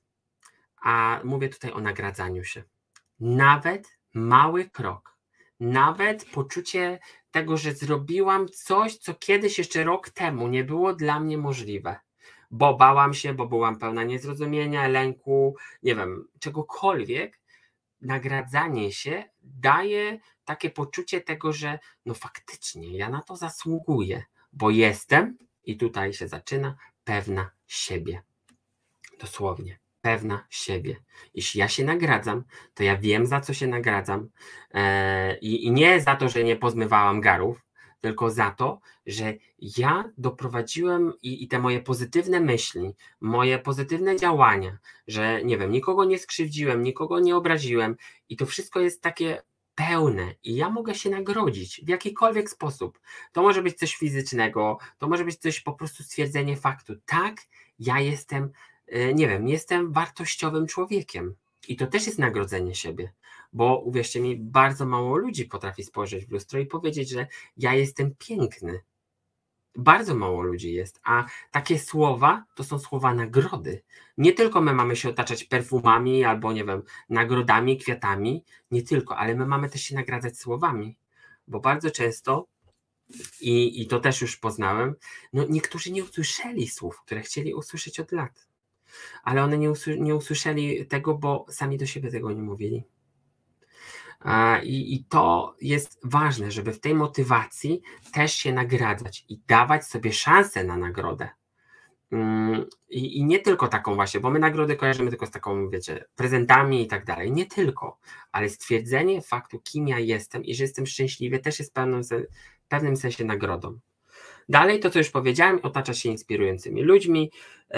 A mówię tutaj o nagradzaniu się. Nawet mały krok, nawet poczucie tego, że zrobiłam coś, co kiedyś jeszcze rok temu nie było dla mnie możliwe, bo bałam się, bo byłam pełna niezrozumienia, lęku, nie wiem, czegokolwiek. Nagradzanie się daje takie poczucie tego, że no faktycznie ja na to zasługuję, bo jestem, i tutaj się zaczyna, pewna siebie. Dosłownie, pewna siebie. Jeśli ja się nagradzam, to ja wiem, za co się nagradzam e, i, i nie za to, że nie pozmywałam garów, tylko za to, że ja doprowadziłem i, i te moje pozytywne myśli, moje pozytywne działania, że nie wiem, nikogo nie skrzywdziłem, nikogo nie obraziłem i to wszystko jest takie pełne i ja mogę się nagrodzić w jakikolwiek sposób. To może być coś fizycznego, to może być coś po prostu stwierdzenie faktu. Tak, ja jestem, nie wiem, jestem wartościowym człowiekiem i to też jest nagrodzenie siebie. Bo uwierzcie mi, bardzo mało ludzi potrafi spojrzeć w lustro i powiedzieć, że ja jestem piękny. Bardzo mało ludzi jest, a takie słowa to są słowa nagrody. Nie tylko my mamy się otaczać perfumami albo, nie wiem, nagrodami, kwiatami, nie tylko, ale my mamy też się nagradzać słowami, bo bardzo często, i, i to też już poznałem, no niektórzy nie usłyszeli słów, które chcieli usłyszeć od lat, ale one nie, usły, nie usłyszeli tego, bo sami do siebie tego nie mówili. I, I to jest ważne, żeby w tej motywacji też się nagradzać i dawać sobie szansę na nagrodę. I, I nie tylko taką właśnie, bo my nagrodę kojarzymy tylko z taką, wiecie, prezentami i tak dalej. Nie tylko, ale stwierdzenie faktu, kim ja jestem i że jestem szczęśliwy, też jest w pewnym, w pewnym sensie nagrodą. Dalej to, co już powiedziałem, otacza się inspirującymi ludźmi,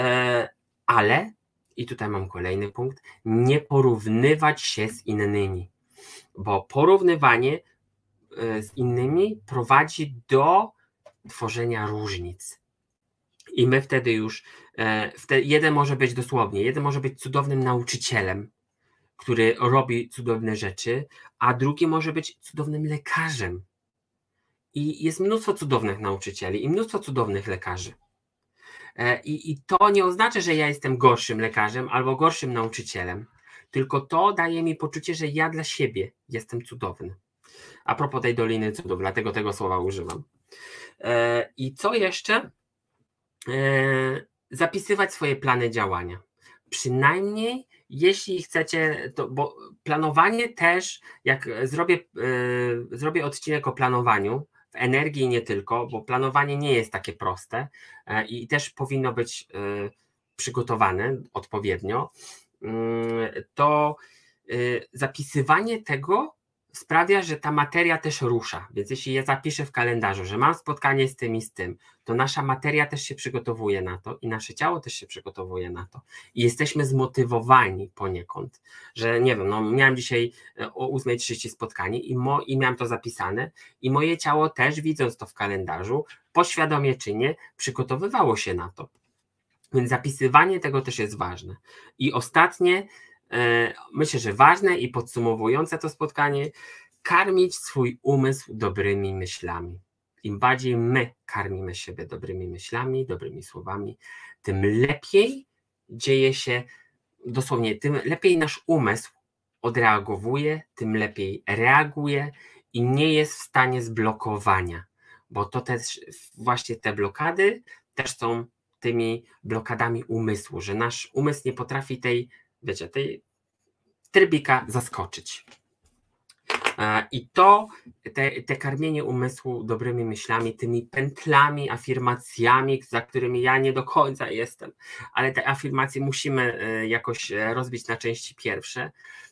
ale, i tutaj mam kolejny punkt, nie porównywać się z innymi. Bo porównywanie z innymi prowadzi do tworzenia różnic. I my wtedy już, wtedy jeden może być dosłownie, jeden może być cudownym nauczycielem, który robi cudowne rzeczy, a drugi może być cudownym lekarzem. I jest mnóstwo cudownych nauczycieli i mnóstwo cudownych lekarzy. I, i to nie oznacza, że ja jestem gorszym lekarzem albo gorszym nauczycielem. Tylko to daje mi poczucie, że ja dla siebie jestem cudowny. A propos tej Doliny Cudów, dlatego tego słowa używam. E, I co jeszcze? E, zapisywać swoje plany działania. Przynajmniej jeśli chcecie, to, bo planowanie też, jak zrobię, e, zrobię odcinek o planowaniu, w energii i nie tylko, bo planowanie nie jest takie proste e, i też powinno być e, przygotowane odpowiednio, to zapisywanie tego sprawia, że ta materia też rusza. Więc jeśli ja zapiszę w kalendarzu, że mam spotkanie z tym i z tym, to nasza materia też się przygotowuje na to i nasze ciało też się przygotowuje na to. I jesteśmy zmotywowani poniekąd, że nie wiem, no miałem dzisiaj o ósmej trzydzieści spotkanie i, mo, i miałem to zapisane i moje ciało też, widząc to w kalendarzu, poświadomie czy nie, przygotowywało się na to. Więc zapisywanie tego też jest ważne. I ostatnie, e, myślę, że ważne i podsumowujące to spotkanie, karmić swój umysł dobrymi myślami. Im bardziej my karmimy siebie dobrymi myślami, dobrymi słowami, tym lepiej dzieje się, dosłownie, tym lepiej nasz umysł odreagowuje, tym lepiej reaguje i nie jest w stanie zblokowania, bo to też właśnie te blokady też są tymi blokadami umysłu, że nasz umysł nie potrafi tej, wiecie, tej trybika zaskoczyć. I to, te, te karmienie umysłu dobrymi myślami, tymi pętlami, afirmacjami, za którymi ja nie do końca jestem, ale te afirmacje musimy jakoś rozbić na części pierwsze,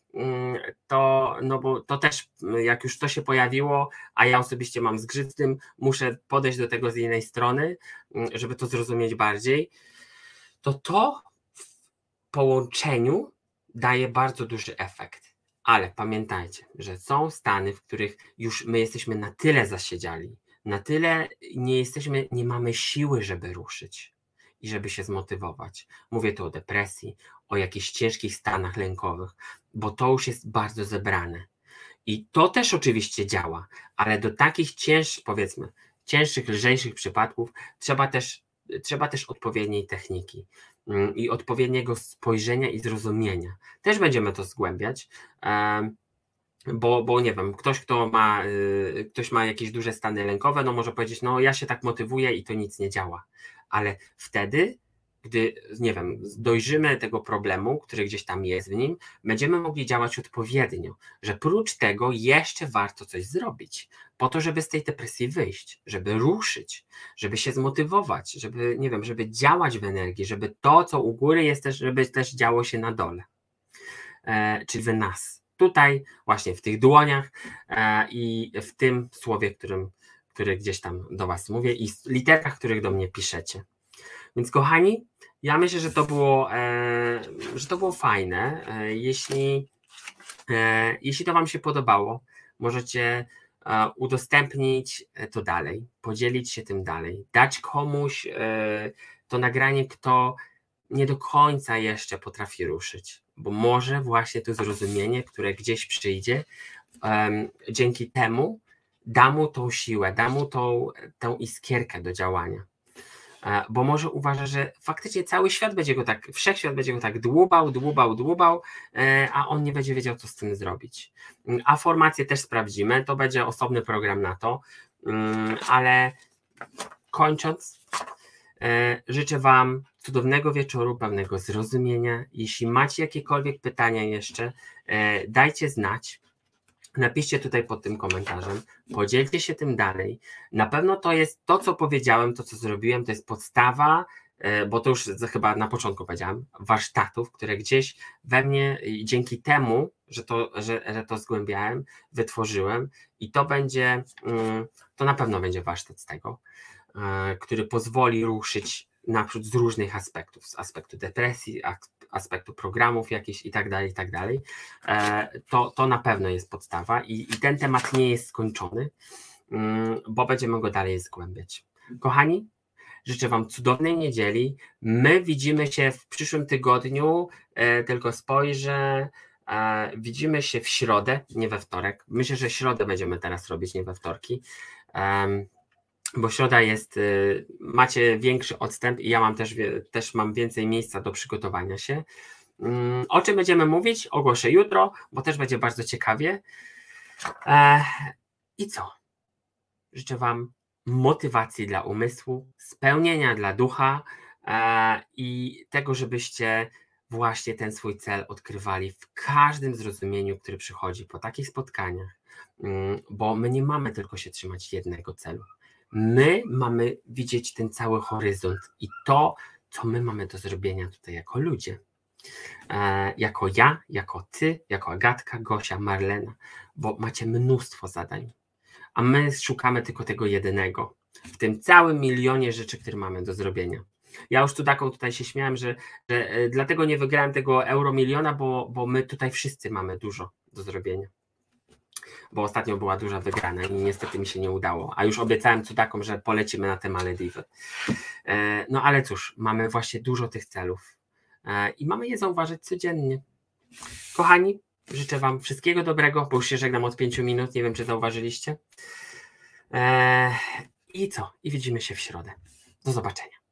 to, no bo to też, jak już to się pojawiło, a ja osobiście mam zgrzyt z tym, muszę podejść do tego z innej strony, żeby to zrozumieć bardziej, to to w połączeniu daje bardzo duży efekt. Ale pamiętajcie, że są stany, w których już my jesteśmy na tyle zasiedziali, na tyle nie jesteśmy, nie mamy siły, żeby ruszyć i żeby się zmotywować. Mówię tu o depresji, o jakichś ciężkich stanach lękowych, bo to już jest bardzo zebrane. I to też oczywiście działa, ale do takich cięższych, powiedzmy, cięższych, lżejszych przypadków trzeba też, trzeba też odpowiedniej techniki i odpowiedniego spojrzenia i zrozumienia. Też będziemy to zgłębiać, bo, bo nie wiem, ktoś, kto ma, ktoś ma jakieś duże stany lękowe, no może powiedzieć, no ja się tak motywuję i to nic nie działa. Ale wtedy, gdy, nie wiem, dojrzymy tego problemu, który gdzieś tam jest w nim, będziemy mogli działać odpowiednio, że prócz tego jeszcze warto coś zrobić, po to, żeby z tej depresji wyjść, żeby ruszyć, żeby się zmotywować, żeby, nie wiem, żeby działać w energii, żeby to, co u góry jest też, żeby też działo się na dole, e, czyli w nas, tutaj właśnie w tych dłoniach e, i w tym słowie, którym, który gdzieś tam do was mówię i literach, których do mnie piszecie. Więc kochani, ja myślę, że to było, e, że to było fajne. E, jeśli, e, jeśli to wam się podobało, możecie e, udostępnić to dalej, podzielić się tym dalej, dać komuś e, to nagranie, kto nie do końca jeszcze potrafi ruszyć, bo może właśnie to zrozumienie, które gdzieś przyjdzie, e, dzięki temu da mu tą siłę, da mu tą, tą iskierkę do działania. Bo może uważa, że faktycznie cały świat będzie go tak, wszechświat będzie go tak dłubał, dłubał, dłubał, a on nie będzie wiedział, co z tym zrobić. A formację też sprawdzimy, to będzie osobny program na to, ale kończąc, życzę wam cudownego wieczoru, pewnego zrozumienia. Jeśli macie jakiekolwiek pytania jeszcze, dajcie znać. Napiszcie tutaj pod tym komentarzem, podzielcie się tym dalej. Na pewno to jest to, co powiedziałem, to, co zrobiłem, to jest podstawa, bo to już chyba na początku powiedziałem, warsztatów, które gdzieś we mnie dzięki temu, że to, że, że to zgłębiałem, wytworzyłem i to będzie, to na pewno będzie warsztat z tego, który pozwoli ruszyć naprzód z różnych aspektów, z aspektu depresji, aspektu programów jakichś i tak dalej, i tak dalej. To, to na pewno jest podstawa i, i ten temat nie jest skończony, bo będziemy go dalej zgłębiać. Kochani, życzę wam cudownej niedzieli. My widzimy się w przyszłym tygodniu, tylko spojrzę, widzimy się w środę, nie we wtorek. Myślę, że środę będziemy teraz robić, nie we wtorki. Bo środa jest, macie większy odstęp i ja mam też, też mam więcej miejsca do przygotowania się. O czym będziemy mówić? Ogłoszę jutro, bo też będzie bardzo ciekawie. I co? Życzę wam motywacji dla umysłu, spełnienia dla ducha i tego, żebyście właśnie ten swój cel odkrywali w każdym zrozumieniu, który przychodzi po takich spotkaniach, bo my nie mamy tylko się trzymać jednego celu. My mamy widzieć ten cały horyzont i to, co my mamy do zrobienia tutaj jako ludzie. E, jako ja, jako ty, jako Agatka, Gosia, Marlena, bo macie mnóstwo zadań, a my szukamy tylko tego jedynego w tym całym milionie rzeczy, które mamy do zrobienia. Ja już tu taką tutaj się śmiałem, że, że e, dlatego nie wygrałem tego Euromiliona, bo, bo my tutaj wszyscy mamy dużo do zrobienia. Bo ostatnio była duża wygrana i niestety mi się nie udało, a już obiecałem cudakom, że polecimy na te Malediwy. No ale cóż, mamy właśnie dużo tych celów i mamy je zauważyć codziennie. Kochani, życzę wam wszystkiego dobrego, bo już się żegnam od pięciu minut, nie wiem, czy zauważyliście. I co? I widzimy się w środę. Do zobaczenia.